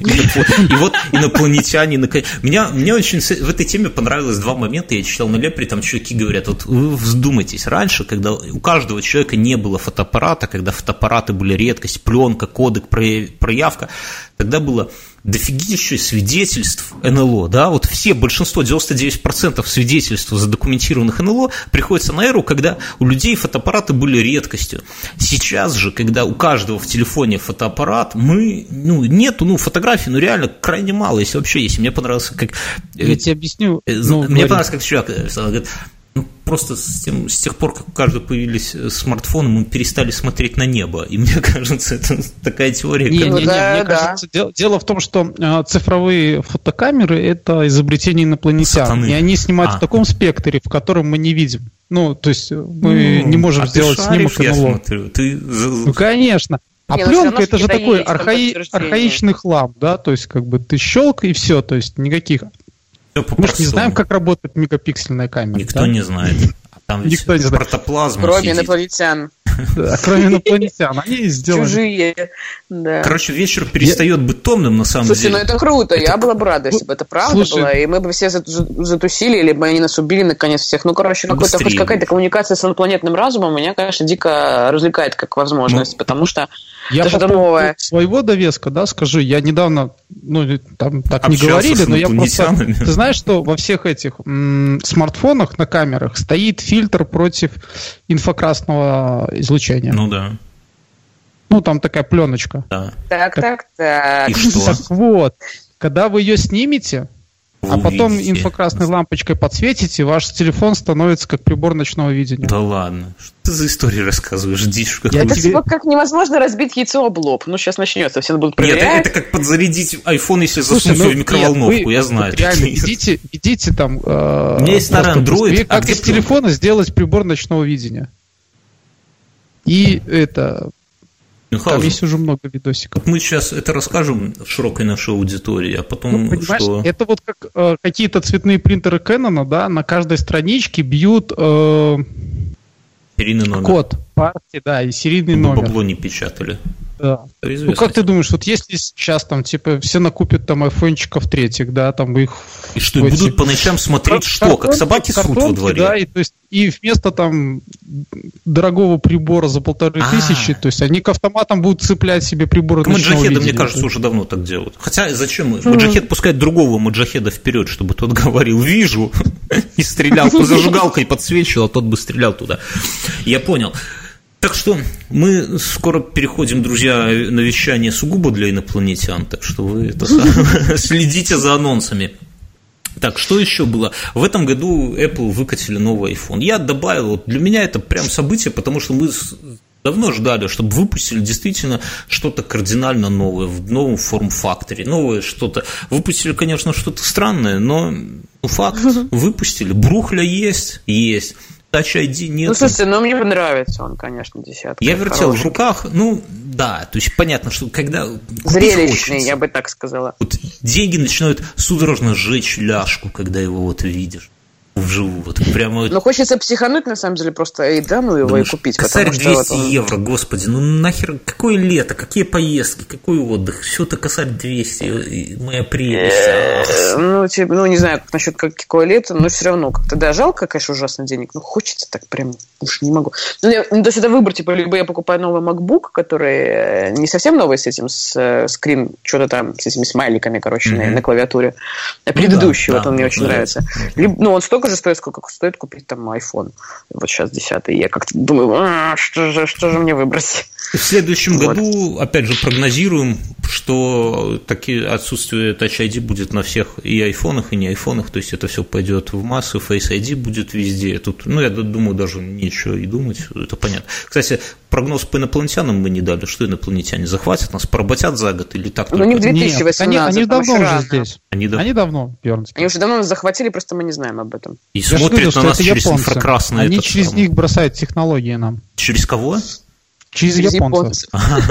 и вот инопланетяне... Мне очень в этой теме понравилось 2 момента. Я читал на Лепре, там чуваки говорят, вы вздумайтесь, раньше, когда у каждого человека не было фотоаппарата, когда фотоаппараты были редкость, пленка, кодек, проявка, тогда было дофигища свидетельств НЛО, да, большинство, 99% свидетельств задокументированных НЛО приходится на эру, когда у людей фотоаппараты были редкостью. Сейчас же, когда у каждого в телефоне фотоаппарат, нету, фотографий, реально крайне мало, если вообще есть. Мне понравилось, как... Я тебе объясню. Мне понравилось, как чувак говорит, просто с тех пор, как у каждого появились смартфоны, мы перестали смотреть на небо. И мне кажется, это такая теория. Мне кажется, дело в том, что цифровые фотокамеры – это изобретение инопланетян. Сатаны. И они снимают в таком спектре, в котором мы не видим. То есть мы не можем сделать снимок НЛО. Конечно. А пленка – это же такой архаичный хлам, да, то есть как бы ты щелк и все, то есть никаких... Мы же не знаем, как работает мегапиксельная камера. Никто не знает. Там никто не знает. Протоплазма. Кроме инопланетян. Да, кроме инопланетян. Они сделали. Чужие. Да. Вечер перестает быть томным, на самом деле. Слушай, это круто. Я была бы рада, если бы это правда была. И мы бы все затусили, или бы они нас убили, наконец, всех. Хоть какая-то коммуникация с инопланетным разумом меня, конечно, дико развлекает как возможность, потому что я это что-то новое. Своего довеска, да, скажу, я недавно, там так не говорили, но я просто... Ты знаешь, что во всех этих смартфонах на камерах стоит фильтр против инфракрасного излучения? Да. Там такая пленочка. Да. Так. И что? Так вот, когда вы ее снимете, а потом инфракрасной лампочкой подсветите, ваш телефон становится как прибор ночного видения. Да ладно. Что ты за истории рассказываешь? Дичь это как невозможно разбить яйцо об лоб. Сейчас начнется, все будут проверять. Нет, это как подзарядить iPhone, если засунуть в микроволновку, я знаю. Реально, идите там... У меня есть старый Android. Как из телефона сделать прибор ночного видения? И там есть уже много видосиков. Мы сейчас это расскажем широкой нашей аудитории, а потом что? Это вот как какие-то цветные принтеры Canon, да, на каждой страничке бьют серийный номер. Код партии, да, и серийный номер. Бабло не печатали. Да. Ну, как ты думаешь, вот если сейчас там, типа, все накупят там айфончиков третьих, да, там их... И что, будут по ночам смотреть что? Как собаки срут во дворе? Да, и, то есть, и вместо там дорогого прибора за 1500, то есть они к автоматам будут цеплять себе приборы ночного видения. Маджахеды, мне кажется, уже давно так делают. Хотя зачем? Маджахед пускает другого маджахеда вперед, чтобы тот говорил «вижу» и стрелял, зажигалкой подсвечивал, а тот бы стрелял туда. Я понял. Так что мы скоро переходим, друзья, на вещание сугубо для инопланетян, так что вы следите за анонсами. Так, что еще было? В этом году Apple выкатили новый iPhone. Я добавил, вот для меня это прям событие, потому что мы давно ждали, чтобы выпустили действительно что-то кардинально новое, в новом форм-факторе, новое что-то. Выпустили, конечно, что-то странное, но факт, выпустили. Брухля есть. Touch ID нет. Ну, слушайте, мне нравится он, конечно, десятка. Я вертел в руках, да, то есть понятно, что когда... Зрелищный, я бы так сказала. Вот деньги начинают судорожно сжечь ляжку, когда его вот видишь вживую, вот прямо... Ну, хочется психануть, на самом деле, просто его и купить. Косарь 200 евро, господи, нахер, какое лето, какие поездки, какой отдых, все-то косарь 200, моя прелесть. Не знаю, насчет какое лето, но все равно как-то, да, жалко, конечно, ужасно денег, но хочется так прям, уж не могу. То есть это выбор, типа, либо я покупаю новый MacBook, который не совсем новый с этим, с скрин, что-то там, с этими смайликами, короче, на клавиатуре, а предыдущий, он мне очень нравится. Он столько же стоит, сколько стоит купить там iPhone. Вот сейчас 10-й. Я как-то думаю, что же мне выбрать? В следующем году, опять же, прогнозируем, что отсутствие Touch ID будет на всех и айфонах, и не айфонах, то есть это все пойдет в массу, Face ID будет везде. Тут, я думаю, даже нечего и думать, это понятно. Кстати, прогноз по инопланетянам мы не дали. Что инопланетяне захватят нас, поработят за год или так? Не в 2018. Они давно уже здесь. Они давно, Бёрнский. Они уже давно нас захватили, просто мы не знаем об этом. И смотрят на нас через инфракрасное. Они через них бросают технологии нам. Через кого? Через японцев.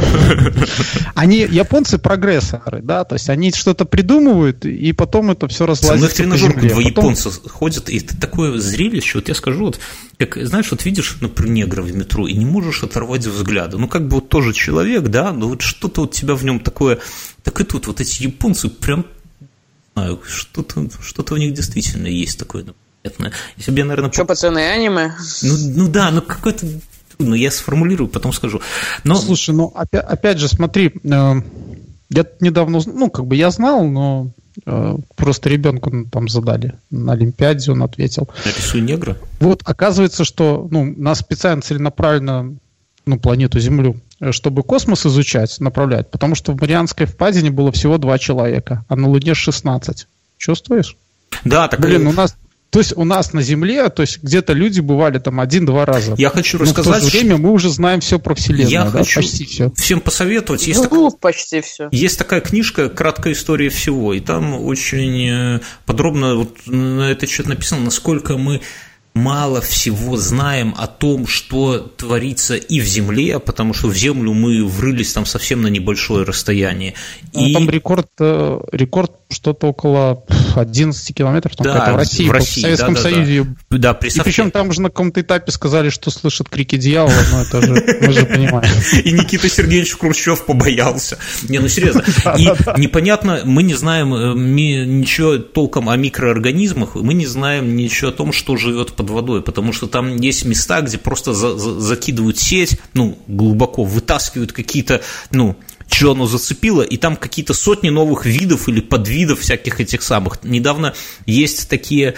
Японцы прогрессоры, да, то есть они что-то придумывают, и потом это все разлазится по земле. Два японца ходят, и это такое зрелище, вот я скажу, вот, как, знаешь, вот видишь, например, негра в метро, и не можешь оторвать взгляда, как бы вот тоже человек, да, но вот что-то вот тебя в нем такое, так и тут вот эти японцы прям, не знаю, что-то у них действительно есть такое непонятное. Если бы я, наверное... Что, пацаны, аниме? Какой-то... я сформулирую, потом скажу. Слушай, опять же, смотри, я недавно, я знал, но просто ребенку там задали на Олимпиаде, он ответил. Нарисуй негра? Вот, оказывается, что нас специально целенаправленно, планету Землю, чтобы космос изучать, направлять, потому что в Марианской впадине было всего 2 человека, а на Луне 16. Чувствуешь? Да, так... То есть у нас на Земле, то есть где-то люди бывали там 1-2 раза. Я хочу рассказать... в то же время мы уже знаем все про Вселенную. Я хочу почти все. Всем посоветовать. Почти все. Есть такая книжка «Краткая история всего», и там очень подробно вот на этот счет написано, насколько мы мало всего знаем о том, что творится и в Земле, потому что в Землю мы врылись там совсем на небольшое расстояние. Там рекорд что-то около 11 километров, в России, в Советском Союзе. Да, и причем там же на каком-то этапе сказали, что слышат крики дьявола, но это же мы же понимаем. И Никита Сергеевич Хрущев побоялся. Серьезно. И непонятно, мы не знаем ничего толком о микроорганизмах, мы не знаем ничего о том, что живет под водой, потому что там есть места, где просто закидывают сеть, глубоко вытаскивают какие-то, что оно зацепило, и там какие-то сотни новых видов или подвидов всяких этих самых. Недавно есть такие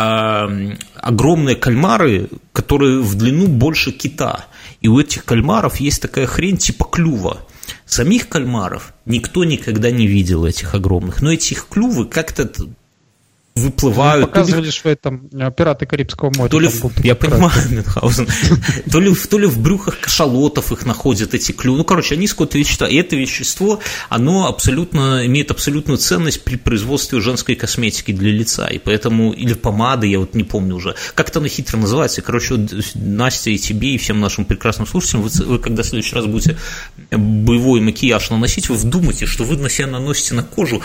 огромные кальмары, которые в длину больше кита, и у этих кальмаров есть такая хрень типа клюва. Самих кальмаров никто никогда не видел, этих огромных, но эти их клювы как-то выплывают. Показывали в этом «Пираты Карибского моря». Я понимаю, Мюнхгаузен. То ли в брюхах кашалотов их находят эти клювы. Они сколько-то вещества. И это вещество, оно имеет абсолютную ценность при производстве женской косметики для лица. И поэтому, или помады, я не помню уже. Как это оно хитро называется? Настя, и тебе, и всем нашим прекрасным слушателям, вы когда в следующий раз будете боевой макияж наносить, вы вдумайте, что вы на себя наносите на кожу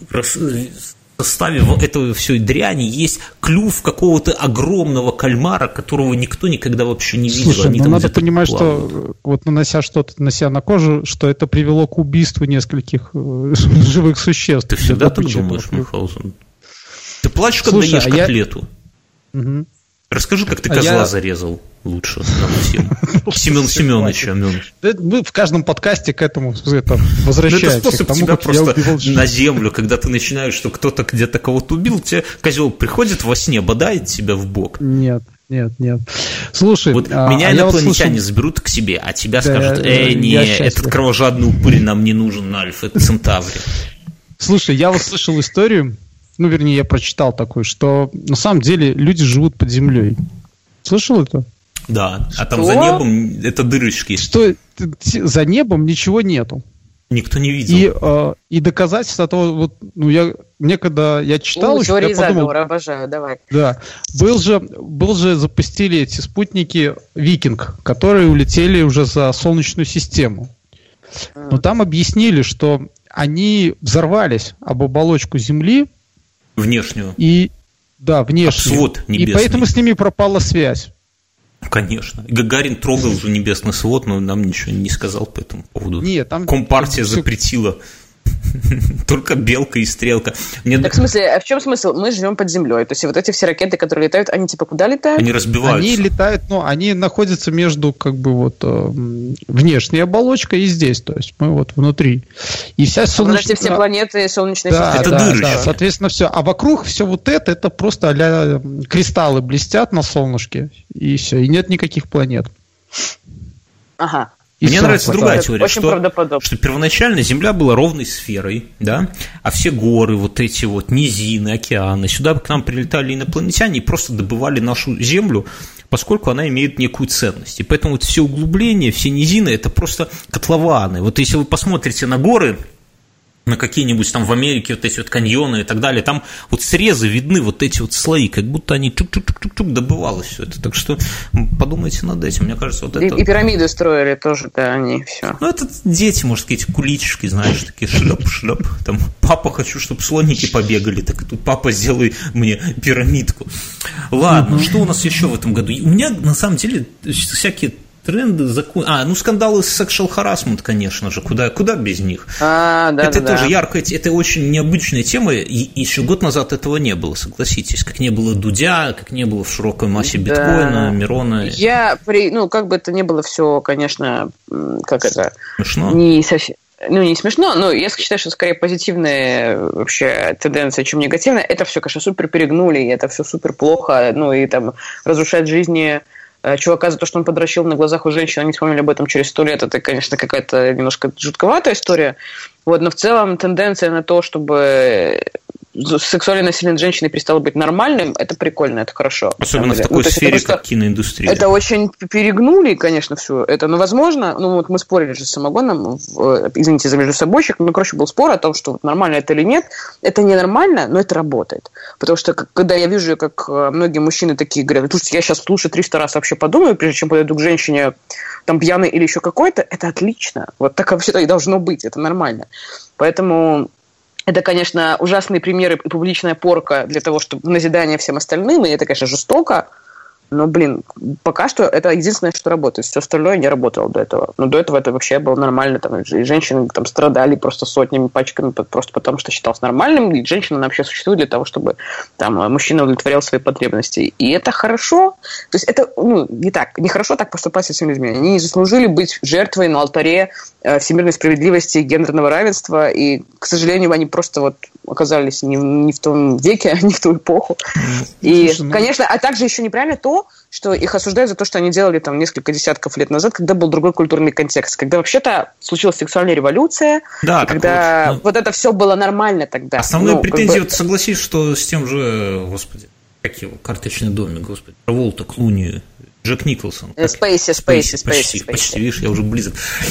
в составе этого всей дряни есть клюв какого-то огромного кальмара, которого никто никогда вообще не видел. Слушай, надо понимать, что нанося что-то на себя на кожу, что это привело к убийству нескольких живых существ. Ты всегда так думаешь, Мюнхгаузен? Ты плачешь, когда ешь котлету? Расскажи, как ты козла зарезал лучше нам всем. Семен Семеновича. Мы в каждом подкасте к этому возвращаемся. Это способ тебя просто на землю, когда ты начинаешь, что кто-то где-то кого-то убил, тебе козел приходит во сне, бодает тебя в бок. Нет. Слушай, меня инопланетяне заберут к себе, а тебя скажут: этот кровожадный упырь нам не нужен, Альфа, это Центаври. Слушай, я слышал историю, я прочитал такую, что на самом деле люди живут под землей. Слышал это? Да, а там за небом это дырочки. Что за небом ничего нету. Никто не видел. И доказательства того, когда я читал, теории заговора, обожаю, давай. Да, запустили эти спутники «Викинг», которые улетели уже за Солнечную систему. Но там объяснили, что они взорвались об оболочку Земли. Внешнюю. Внешнюю. Свод небесный. И поэтому с ними пропала связь. Конечно. Гагарин трогал уже небесный свод, но нам ничего не сказал по этому поводу. Нет, там... Компартия запретила. Только белка и стрелка. Так в смысле, а в чем смысл? Мы живем под землей. То есть вот эти все ракеты, которые летают, они куда летают? Они разбиваются. Они летают, они находятся между внешней оболочкой и здесь. То есть мы внутри. И вся солнечная... все планеты Солнечной системы. Это дырочки. Да, соответственно, все. А вокруг все это просто а-ля кристаллы блестят на солнышке. И все. И нет никаких планет. Ага. Мне нравится другая теория, что первоначально Земля была ровной сферой, да, а все горы, эти низины, океаны, сюда к нам прилетали инопланетяне и просто добывали нашу Землю, поскольку она имеет некую ценность. И поэтому все углубления, все низины – это просто котлованы. Если вы посмотрите на горы, на какие-нибудь там в Америке эти каньоны и так далее, там срезы видны, эти слои, как будто они чук-чук-чук-чук добывалось все это. Так что подумайте над этим, мне кажется, это... И пирамиды строили тоже, да, они все. Это дети, может, какие-то куличики, знаешь, такие шлеп-шлеп. Там, папа, хочу, чтобы слоники побегали, так тут, папа, сделай мне пирамидку. Ладно, что у нас еще в этом году? У меня, на самом деле, всякие... тренды, скандалы с sexual harassment, конечно же, куда без них. Это тоже ярко, это очень необычная тема, и еще год назад этого не было, согласитесь, как не было Дудя, как не было в широкой массе биткоина, Мирона. Как бы это ни было все, конечно, смешно? Не совсем. Не смешно, но я считаю, что скорее позитивная вообще тенденция, чем негативная. Это все, конечно, супер перегнули, и это все супер плохо, и там разрушает жизни чувака за то, что он подрочил на глазах у женщин, они вспомнили об этом через 100 лет. Это, конечно, какая-то немножко жутковатая история. Но в целом тенденция на то, чтобы сексуальное насилие над женщиной перестало быть нормальным, это прикольно, это хорошо. Особенно в такой сфере, как киноиндустрия. Это очень перегнули, конечно, все это. Но, возможно, мы спорили же с Самогоном, извините за междусобойщик, был спор о том, что нормально это или нет. Это ненормально, но это работает. Потому что, когда я вижу, как многие мужчины такие говорят: слушайте, я сейчас лучше 300 раз вообще подумаю, прежде чем подойду к женщине, там, пьяной или еще какой-то, это отлично. Так вообще-то и должно быть, это нормально. Поэтому... Это, конечно, ужасные примеры и публичная порка для того, чтобы назидание всем остальным, и это, конечно, жестоко, но, пока что это единственное, что работает. Все остальное не работало до этого. Но до этого это вообще было нормально. И женщины страдали просто сотнями, пачками, просто потому что считалось нормальным. И женщина вообще существует для того, чтобы мужчина удовлетворял свои потребности. И это хорошо. То есть это не хорошо так поступать со всеми людьми. Они не заслужили быть жертвой на алтаре всемирной справедливости, гендерного равенства. И, к сожалению, они просто оказались не в том веке, не в ту эпоху. И, конечно, а также еще неправильно то, что их осуждают за то, что они делали там несколько десятков лет назад, когда был другой культурный контекст, когда вообще-то случилась сексуальная революция, когда вот это все было нормально тогда. Основные претензии, вот согласись, что с тем же, господи, как его, «Карточный домик», господи, Траволта, Клуни, Джек Николсон. Почти, видишь, я уже близок.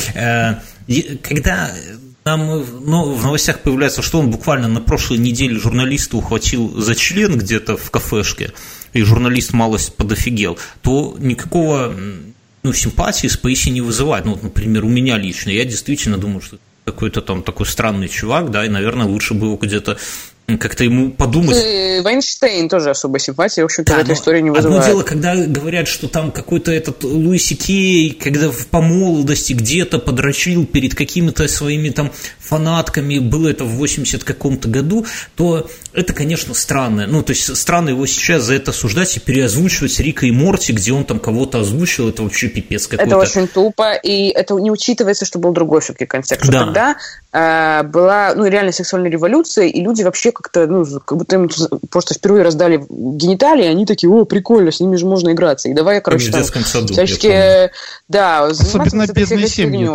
Когда там в новостях появляется, что он буквально на прошлой неделе журналиста ухватил за член где-то в кафешке, и журналист малость подофигел, то никакого симпатии Спейси не вызывает. Ну, вот, например, у меня лично. Я действительно думаю, что какой-то там такой странный чувак, да, и, наверное, лучше бы его где-то как-то ему подумать. Вайнштейн тоже особой симпатии, в общем-то, в этой истории не вызывает. Одно дело, когда говорят, что там какой-то этот Луи Си Кей, когда по молодости где-то подрочил перед какими-то своими там фанатками, было это в 80 каком-то году, то это, конечно, странно. Ну, то есть странно его сейчас за это осуждать и переозвучивать Рика и Морти, где он там кого-то озвучил, это вообще пипец какой-то. Это очень тупо, и это не учитывается, что был другой все-таки контекст. Да. Тогда была, реально сексуальная революция, и люди вообще как-то, как будто им просто впервые раздали гениталии, и они такие, прикольно, с ними же можно играться. И давай, короче, там всячески, особенно бедные семьи,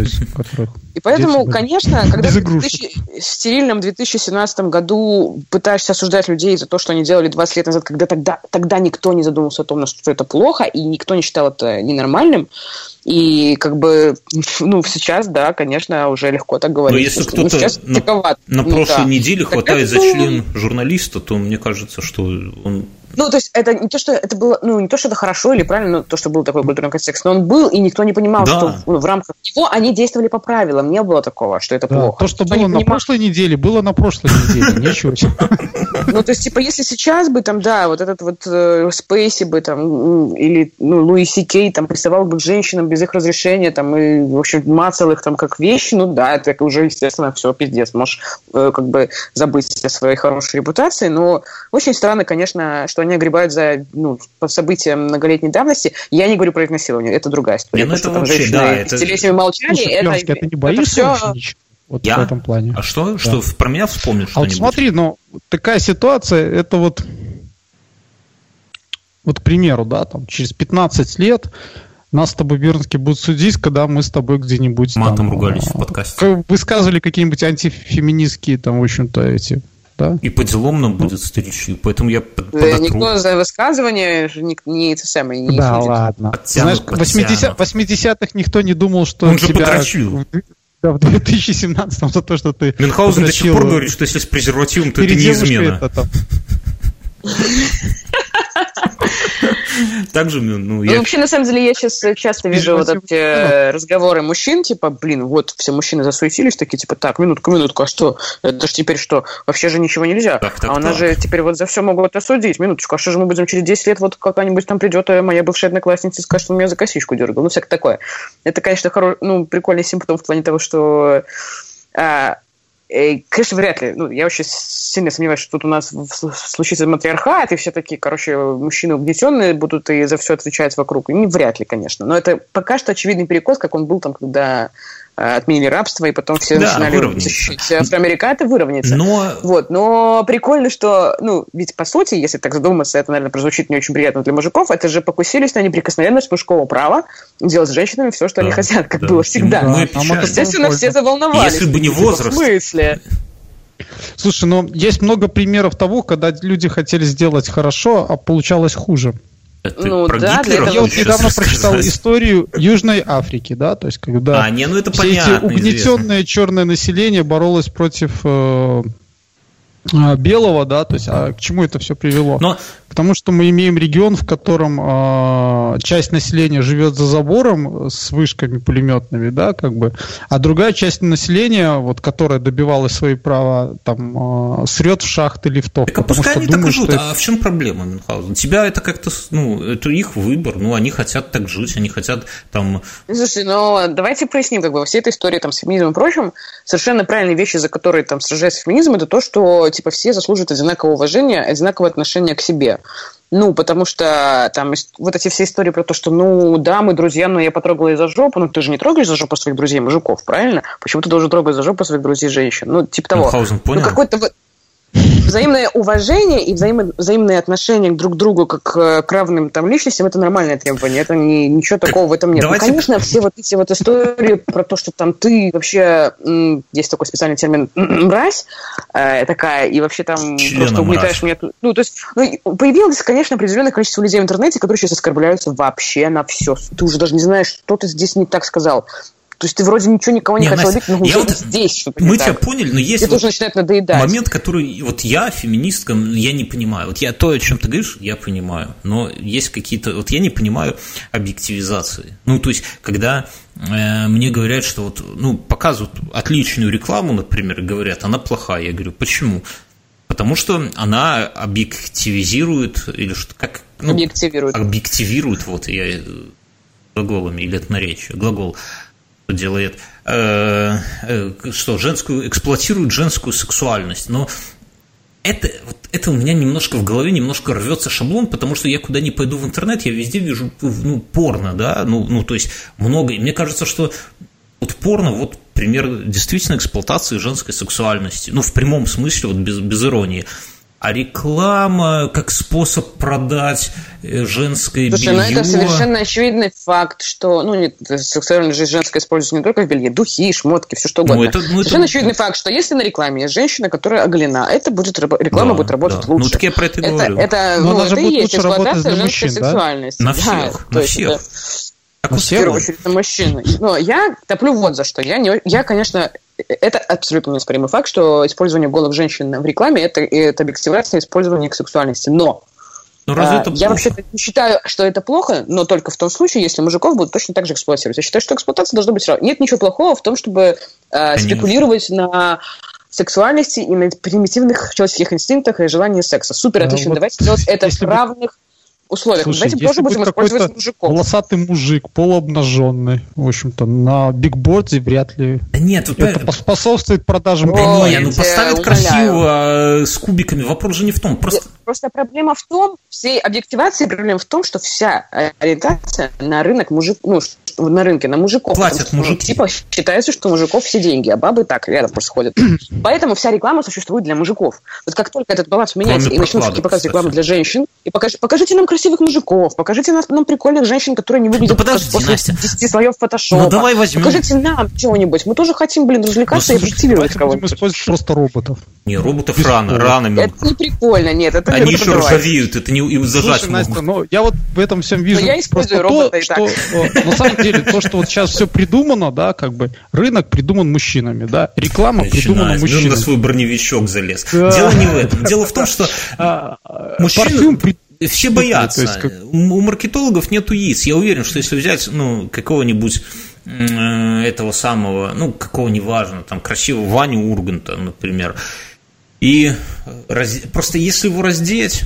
И поэтому, конечно, когда ты в стерильном 2017 году пытаешься осуждать людей за то, что они делали 20 лет назад, когда тогда никто не задумался о том, что это плохо, и никто не считал это ненормальным, и сейчас, да, конечно, уже легко так говорить. Но если кто-то на прошлой неделе хватает за член журналиста, то мне кажется, что он... то есть это не то, что это было, не то, что это хорошо или правильно, но то, что был такой культурный контекст, но он был, и никто не понимал, что в рамках него они действовали по правилам, не было такого, что это плохо. То, что было на прошлой неделе, было на прошлой неделе, ничего себе. То есть, если сейчас бы там, вот этот вот Спейси бы там, или Луи Си Кей там приставал бы к женщинам без их разрешения, там, и, в общем, мацал их там как вещи, это уже, естественно, все, пиздец, можешь как бы забыть о своей хорошей репутации, но очень странно, конечно, что они огребают за по событиям многолетней давности. Я не говорю про изнасилование, это другая история. Это вообще, да. Десятилетиями молчания, Слушай, ты не боишься вот я? В этом плане? А что? Да. Что про меня вспомнишь что-нибудь? Вот смотри, такая ситуация, это вот к примеру, да, там, через 15 лет нас с тобой, Бернский, будут судить, когда мы с тобой где-нибудь... Матом ругались в подкасте. Высказывали какие-нибудь антифеминистские, там, в общем-то, эти... Да? И по делам нам будет старичи, поэтому я подотру. Никто за высказывание не это самое не да, судит. Ладно. Знаешь, в 80-х никто не думал, что он же подрочил. В 2017-м за то, что ты Мюнхгаузен до сих пор говорит, что если с презервативом, то это не измена. Также, вообще, на самом деле, я сейчас часто вижу вот эти разговоры мужчин, типа, все мужчины засуетились, такие, типа, так, минутку, а что? Это ж теперь что? Вообще же ничего нельзя. А у нас же теперь за все могут осудить. Минуточку, а что же мы будем через 10 лет, какая-нибудь там придет моя бывшая одноклассница и скажет, что он меня за косичку дергал. Всякое такое. Это, конечно, прикольный симптом в плане того, что... Конечно, вряд ли. Я очень сильно сомневаюсь, что тут у нас случится матриархат, и все такие, мужчины угнетенные будут и за все отвечать вокруг. Вряд ли, конечно. Но это пока что очевидный перекос, как он был там, когда отменили рабство, и потом все начинали защищать афроамериканцев, выровняться. Но прикольно, что, ведь по сути, если так задуматься, это, наверное, прозвучит не очень приятно для мужиков, это же покусились на неприкосновенность мужского права делать с женщинами все, что они хотят, как было всегда. Естественно, все заволновались. Если бы не возраст. В смысле? Слушай, есть много примеров того, когда люди хотели сделать хорошо, а получалось хуже. Я недавно прочитал историю Южной Африки, да, то есть когда это все эти угнетенное черное население боролось против белого, да, то есть к чему это все привело? К тому, что мы имеем регион, в котором часть населения живет за забором с вышками пулеметными, да, а другая часть населения, которая добивалась свои права, там, срет в шахты лифтов. Так пускай они так живут, а в чем проблема, Мюнхгаузен? Тебя это как-то, это их выбор, они хотят так жить, они хотят там... Слушай, давайте проясним, во всей этой истории там, с феминизмом и прочим, совершенно правильные вещи, за которые там сражается феминизм, это то, что все заслуживают одинакового уважения, одинакового отношения к себе. Потому что там вот эти все истории про то, что, мы друзья, но я потрогала из-за жопы. Ты же не трогаешь за жопу своих друзей мужиков, правильно? Почему ты должен трогать за жопу своих друзей женщин? Типа того. Мюнхгаузен понял? Какой-то... взаимное уважение и взаимное отношение друг к другу как к равным там личностям, это нормальное требование. Это ничего такого в этом нет. Давайте... Ну, конечно, все вот эти вот истории про то, что там ты вообще, есть такой специальный термин, мразь такая, и вообще там просто угнетаешь меня. Ну, то есть, появилось, конечно, определенное количество людей в интернете, которые сейчас оскорбляются вообще на все. Ты уже даже не знаешь, что ты здесь не так сказал. То есть ты вроде ничего никого не хотел видеть, но уже вот здесь что-то мы тебя поняли, но есть вот начинает надоедать. Момент, который... Вот я, феминистка, я не понимаю. Вот я то, о чем ты говоришь, я понимаю. Но есть какие-то... Вот я не понимаю объективизации. Ну, то есть, когда мне говорят, что вот... Ну, показывают отличную рекламу, например, и говорят, она плохая. Я говорю, почему? Потому что она объективизирует... Или что? Как? Ну, объективирует, вот я... Глаголами, или это наречие? Глагол... делает, что эксплуатирует женскую сексуальность. Но это у меня немножко в голове немножко рвется шаблон, потому что я куда ни пойду в интернет, я везде вижу порно, да, то есть много. И мне кажется, что вот порно, вот пример действительно эксплуатации женской сексуальности, в прямом смысле, вот без иронии. А реклама как способ продать женское белье... Слушай, это совершенно очевидный факт, что... сексуальная жизнь женская используется не только в белье, духи, шмотки, все что угодно. Совершенно очевидный факт, что если на рекламе есть женщина, которая оголена, реклама будет работать лучше. Ну, так я про это говорю. Это и есть эксплуатация женской сексуальности. На всех, на всех. В первую очередь на мужчин. Но я топлю вот за что. Я, конечно... Это абсолютно неоспоримый факт, что использование голых женщин в рекламе – это объективация использования их сексуальности. Но я вообще-то не считаю, что это плохо, но только в том случае, если мужиков будут точно так же эксплуатировать. Я считаю, что эксплуатация должна быть сразу. Нет ничего плохого в том, чтобы спекулировать на сексуальности и на примитивных человеческих инстинктах и желании секса. Супер, отлично. Давайте делать это в равных условиях. Слушай, давайте тоже будем использовать мужиков. Волосатый мужик, полуобнаженный, в общем-то, на бигборде вряд ли. Да нет, это способствует продажам. Поставить красиво с кубиками. Вопрос же не в том. Просто проблема в том, всей объективации проблема в том, что вся ориентация на рынок на рынке на мужиков. Платят мужики. Считается, что у мужиков все деньги, а бабы так рядом просто ходят. Поэтому вся реклама существует для мужиков. Вот как только этот баланс меняется, и начнут показывать рекламу для женщин, и покажите нам красивых мужиков, покажите нам прикольных женщин, которые не выглядят после 10 слоев фотошопа. Давай возьмем. Покажите нам чего-нибудь. Мы тоже хотим, развлекаться и объективировать кого-нибудь. Мы используем просто роботов. Не, роботов рано. Это не прикольно, нет. Это они еще ржавеют, это не им зажать. Слушай, Настя, я вот в этом всем вижу я использую робота и так. На самом деле, то, что вот сейчас все придумано, да, как бы рынок придуман мужчинами, да, реклама придумана мужчинами. На свой броневичок залез. Дело не в этом. Дело в том, что мужчины... Все боятся. У маркетологов нету яиц. Я уверен, что если взять какого-нибудь этого самого, какого неважно, там красивого Ваню Урганта, например, и просто если его раздеть,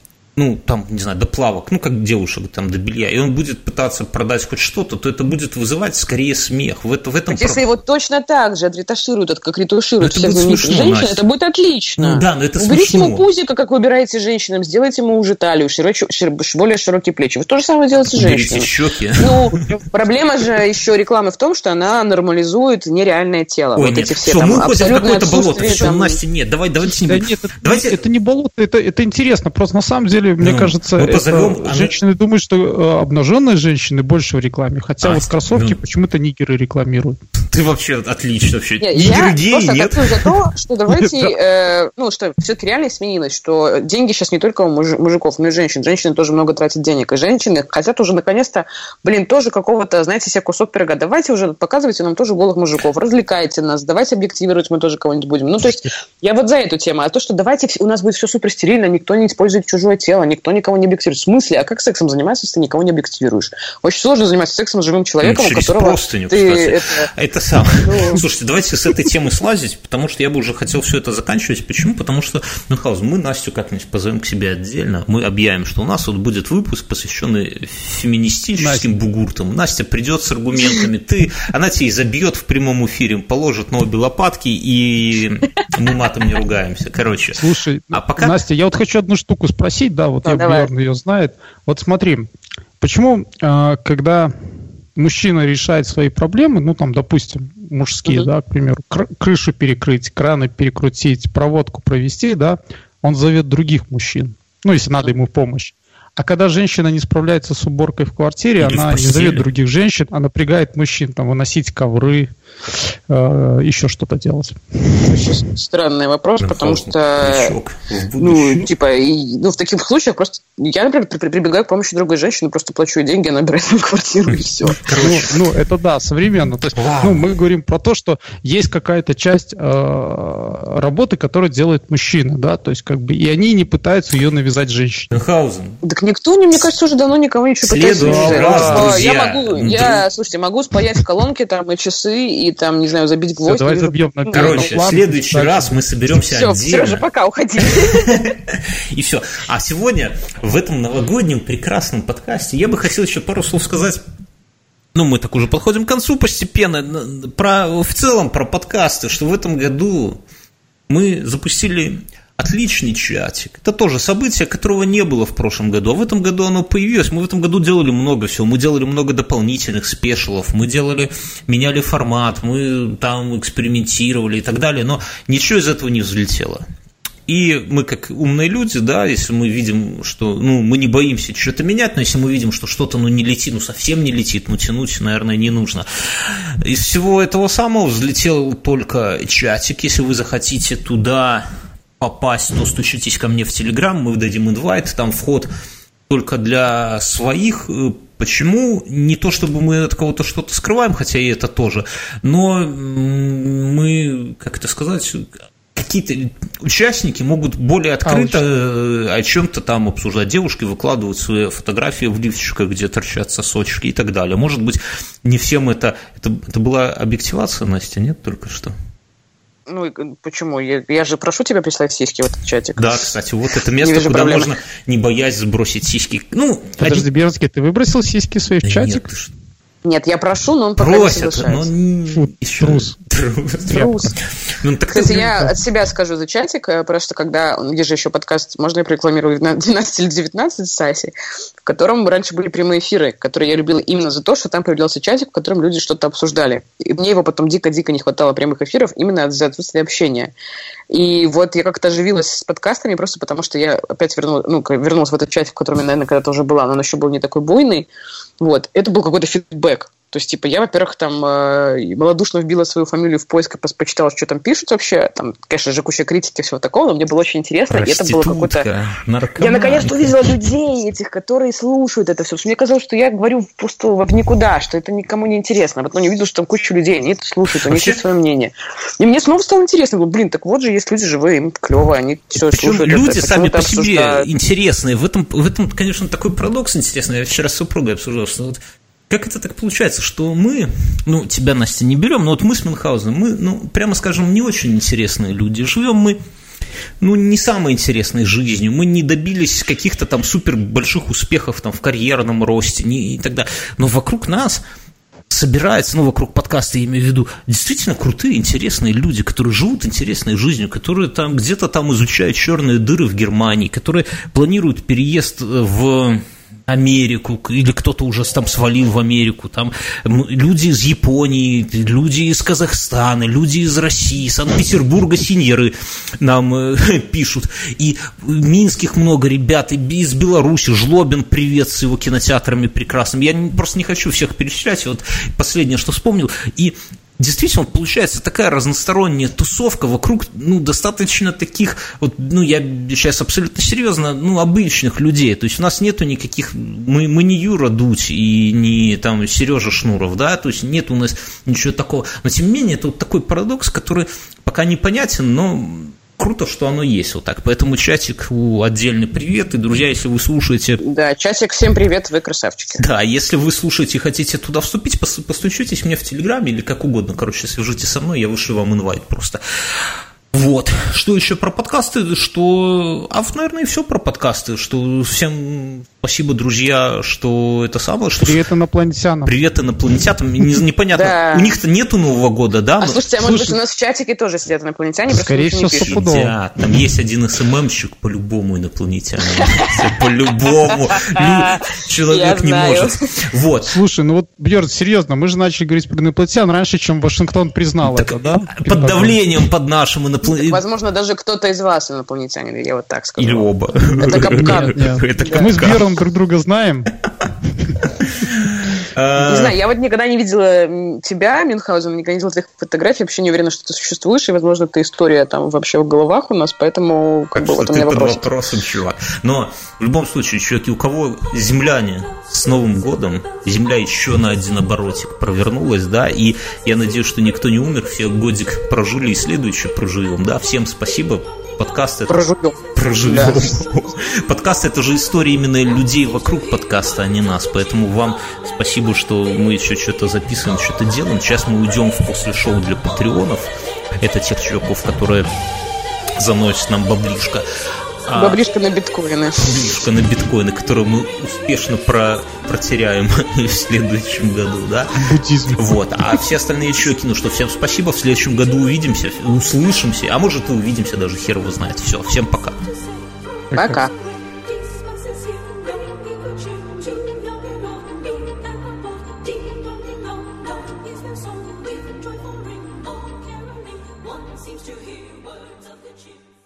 не знаю, до плавок, как девушек, там, до белья, и он будет пытаться продать хоть что-то, то это будет вызывать скорее смех. В этом если его точно так же отретушируют, как ретушируют всех знаменитых женщин, Настя. Это будет отлично. Но это уберите смешно. ему пузико, как выбираете женщинам, сделайте ему уже талию, более широкие плечи. Вы то же самое делаете с женщинами. Щеки. Проблема же еще рекламы в том, что она нормализует нереальное тело. Ой, нет, все, мы уходим в какое-то болото. Все, Настя, нет, давайте не будем. Это не болото, это интересно. Просто на самом деле, мне кажется, женщины думают, что обнаженные женщины больше в рекламе, хотя вот кроссовки почему-то нигеры рекламируют. Ты вообще отлично вообще. Я просто хочу за то, что давайте, что все-таки реально сменилось, что деньги сейчас не только у мужиков, но и женщин. Женщины тоже много тратят денег, и женщины хотят уже наконец-то, тоже какого-то, знаете, себе кусок пирога. Давайте уже показывайте нам тоже голых мужиков, развлекайте нас, давайте объективировать, мы тоже кого-нибудь будем. То есть я вот за эту тему. А то, что давайте у нас будет все супер стерильно, никто не использует чужое тело, никто никого не объективирует. В смысле? А как сексом заниматься, если ты никого не объективируешь? Очень сложно заниматься сексом с живым человеком, у которого простыню, ты... Это самое. Слушайте, давайте с этой темы слазить, потому что я бы уже хотел все это заканчивать. Почему? Потому что, Мюнхгаузен, мы Настю как-нибудь позовем к себе отдельно, мы объявим, что у нас вот будет выпуск, посвященный феминистическим бугуртам. Настя придет с аргументами, она тебе забьет в прямом эфире, положит на обе лопатки, и мы матом не ругаемся. Короче. Слушай, Настя, я вот хочу одну штуку спросить, Бьорн ее знает. Вот смотри, почему, когда мужчина решает свои проблемы, допустим, мужские, к примеру, крышу перекрыть, краны перекрутить, проводку провести, он зовет других мужчин, ну, если надо ему помощь. А когда женщина не справляется с уборкой в квартире, она не зовет других женщин, а напрягает мужчин, там, выносить ковры, еще что-то делать. Очень странный вопрос, потому что, в таких случаях просто я, например, прибегаю к помощи другой женщины, просто плачу ей деньги, она набирает мою квартиру и все. Это да, современно. То есть, мы говорим про то, что есть какая-то часть работы, которую делает мужчина, да, то есть и они не пытаются ее навязать женщине. Так никто, мне кажется, уже давно никого ничего пытается навязать. Я могу спаять в колонке там и часы, и там, не знаю, забить гвоздь. Давай забьем на в следующий раз мы соберемся отдельно. Все, Сережа, пока, уходи. И все. А сегодня в этом новогоднем прекрасном подкасте я бы хотел еще пару слов сказать. Мы так уже подходим к концу постепенно. В целом про подкасты, что в этом году мы запустили отличный чатик. Это тоже событие, которого не было в прошлом году, а в этом году оно появилось. Мы в этом году делали много всего. Мы делали много дополнительных спешалов, меняли формат, мы там экспериментировали и так далее, но ничего из этого не взлетело. И мы, как умные люди, да, если мы видим, что, мы не боимся что-то менять, но если мы видим, что что-то, не летит, совсем не летит, тянуть, наверное, не нужно. Из всего этого самого взлетел только чатик. Если вы захотите туда попасть, то стучитесь ко мне в Телеграм, мы дадим инвайт, там вход только для своих. Почему? Не то, чтобы мы от кого-то что-то скрываем, хотя и это тоже, но мы, как это сказать, какие-то участники могут более открыто о чем-то там обсуждать. Девушки выкладывают свои фотографии в лифчиках, где торчат сосочки и так далее. Может быть, не всем это была объективация, Настя, нет, только что? Почему? Я же прошу тебя прислать сиськи в этот чатик. Да, кстати, вот это место, куда можно, не боясь, сбросить сиськи. Подожди, Бернский, ты выбросил сиськи свои в чатик? Нет, я прошу, но он пока не соглашается. Трус. Кстати, я от себя скажу за чатик, просто когда, где же еще подкаст, можно я прорекламирую, на 12 или 19 сайте, в котором раньше были прямые эфиры, которые я любила именно за то, что там появлялся чатик, в котором люди что-то обсуждали. И мне его потом дико-дико не хватало прямых эфиров именно за отсутствие общения. И вот я как-то оживилась с подкастами просто потому, что я опять вернулась в этот чатик, в котором я, наверное, когда-то уже была, но он еще был не такой буйный. Вот. Это был какой-то фидбэк. То есть, я, во-первых, там малодушно вбила свою фамилию в поиск и почитала, что там пишут вообще. Там, конечно же, куча критики и всего такого, но мне было очень интересно. И это было какое-то... Я наконец-то увидела людей этих, которые слушают это все. Мне казалось, что я говорю просто в никуда, что это никому не интересно. Потом я увидела, что там куча людей, они это слушают, у них есть свое мнение. И мне снова стало интересно. Так вот же есть люди живые, им клево, они все слушают. Люди сами по себе интересные. В этом, конечно, такой парадокс интересный. Я вчера с супругой обсуждал, что как это так получается, что мы, тебя, Настя, не берем, но мы с Мюнхгаузеном, мы, прямо скажем, не очень интересные люди. Живем мы, не самой интересной жизнью. Мы не добились каких-то там супер больших успехов там в карьерном росте и так далее. Но вокруг нас собирается, вокруг подкаста, я имею в виду, действительно крутые, интересные люди, которые живут интересной жизнью, которые там где-то там изучают черные дыры в Германии, которые планируют переезд в Америку, или кто-то уже там свалил в Америку, там люди из Японии, люди из Казахстана, люди из России, Санкт-Петербурга, синьоры нам пишут, и минских много ребят, и из Беларуси, Жлобин, привет с его кинотеатрами прекрасным, я просто не хочу всех перечислять, вот последнее, что вспомнил, и действительно, получается такая разносторонняя тусовка вокруг, достаточно таких, я сейчас абсолютно серьезно, обычных людей, то есть у нас нету никаких, мы не Юра Дудь и не там Сережа Шнуров, да, то есть нет у нас ничего такого, но тем не менее это вот такой парадокс, который пока непонятен, но круто, что оно есть вот так. Поэтому чатику отдельный привет. И, друзья, если вы слушаете... Да, чатик, всем привет, вы красавчики. Да, если вы слушаете и хотите туда вступить, постучитесь мне в Телеграме или как угодно. Короче, свяжитесь со мной, я вышлю вам инвайт просто. Вот. Что еще про подкасты? Наверное, и все про подкасты. Что всем спасибо, друзья, что это самое. Что... Привет инопланетянам. Привет инопланетянам. Непонятно. Да. У них-то нету Нового года, да? Слушайте, может быть, у нас в чатике тоже сидят инопланетяне? Скорее всего, стопудово. Там есть один СММщик, по-любому инопланетянин. По-любому. Человек не может. Вот. Слушай, Бьерн, серьезно, мы же начали говорить про инопланетян раньше, чем Вашингтон признал это, да? Под давлением под нашим инопланетянином Возможно, даже кто-то из вас инопланетянин, я вот так скажу. Или оба. Это капкан. Мы с Бьерном друг друга знаем. Не знаю, я вот никогда не видела тебя, Мюнхгаузен, никогда не видела твоих фотографий, вообще не уверена, что ты существуешь, и, возможно, эта история там вообще в головах у нас, поэтому как бы вот у меня вопрос. Под вопросом, чувак. Но в любом случае, чуваки, у кого земляне с Новым годом, Земля еще на один оборотик провернулась, да, и я надеюсь, что никто не умер, все годик прожили и следующий проживем, да, всем спасибо. Подкаст это... Проживем. Да. Подкаст это же история именно людей вокруг подкаста, а не нас. Поэтому вам спасибо, что мы еще что-то записываем, что-то делаем. Сейчас мы уйдем в после шоу для патреонов. Это тех чуваков, которые заносят нам баблишко. Баблишко на биткоины. Баблишко на биткоины, которые мы успешно протеряем в следующем году, да? Буддизм. Вот. А все остальные чуваки, ну что, всем спасибо. В следующем году увидимся, услышимся. А может и увидимся, даже хер его знает. Все, всем пока. Пока. Seems to hear words of the chief.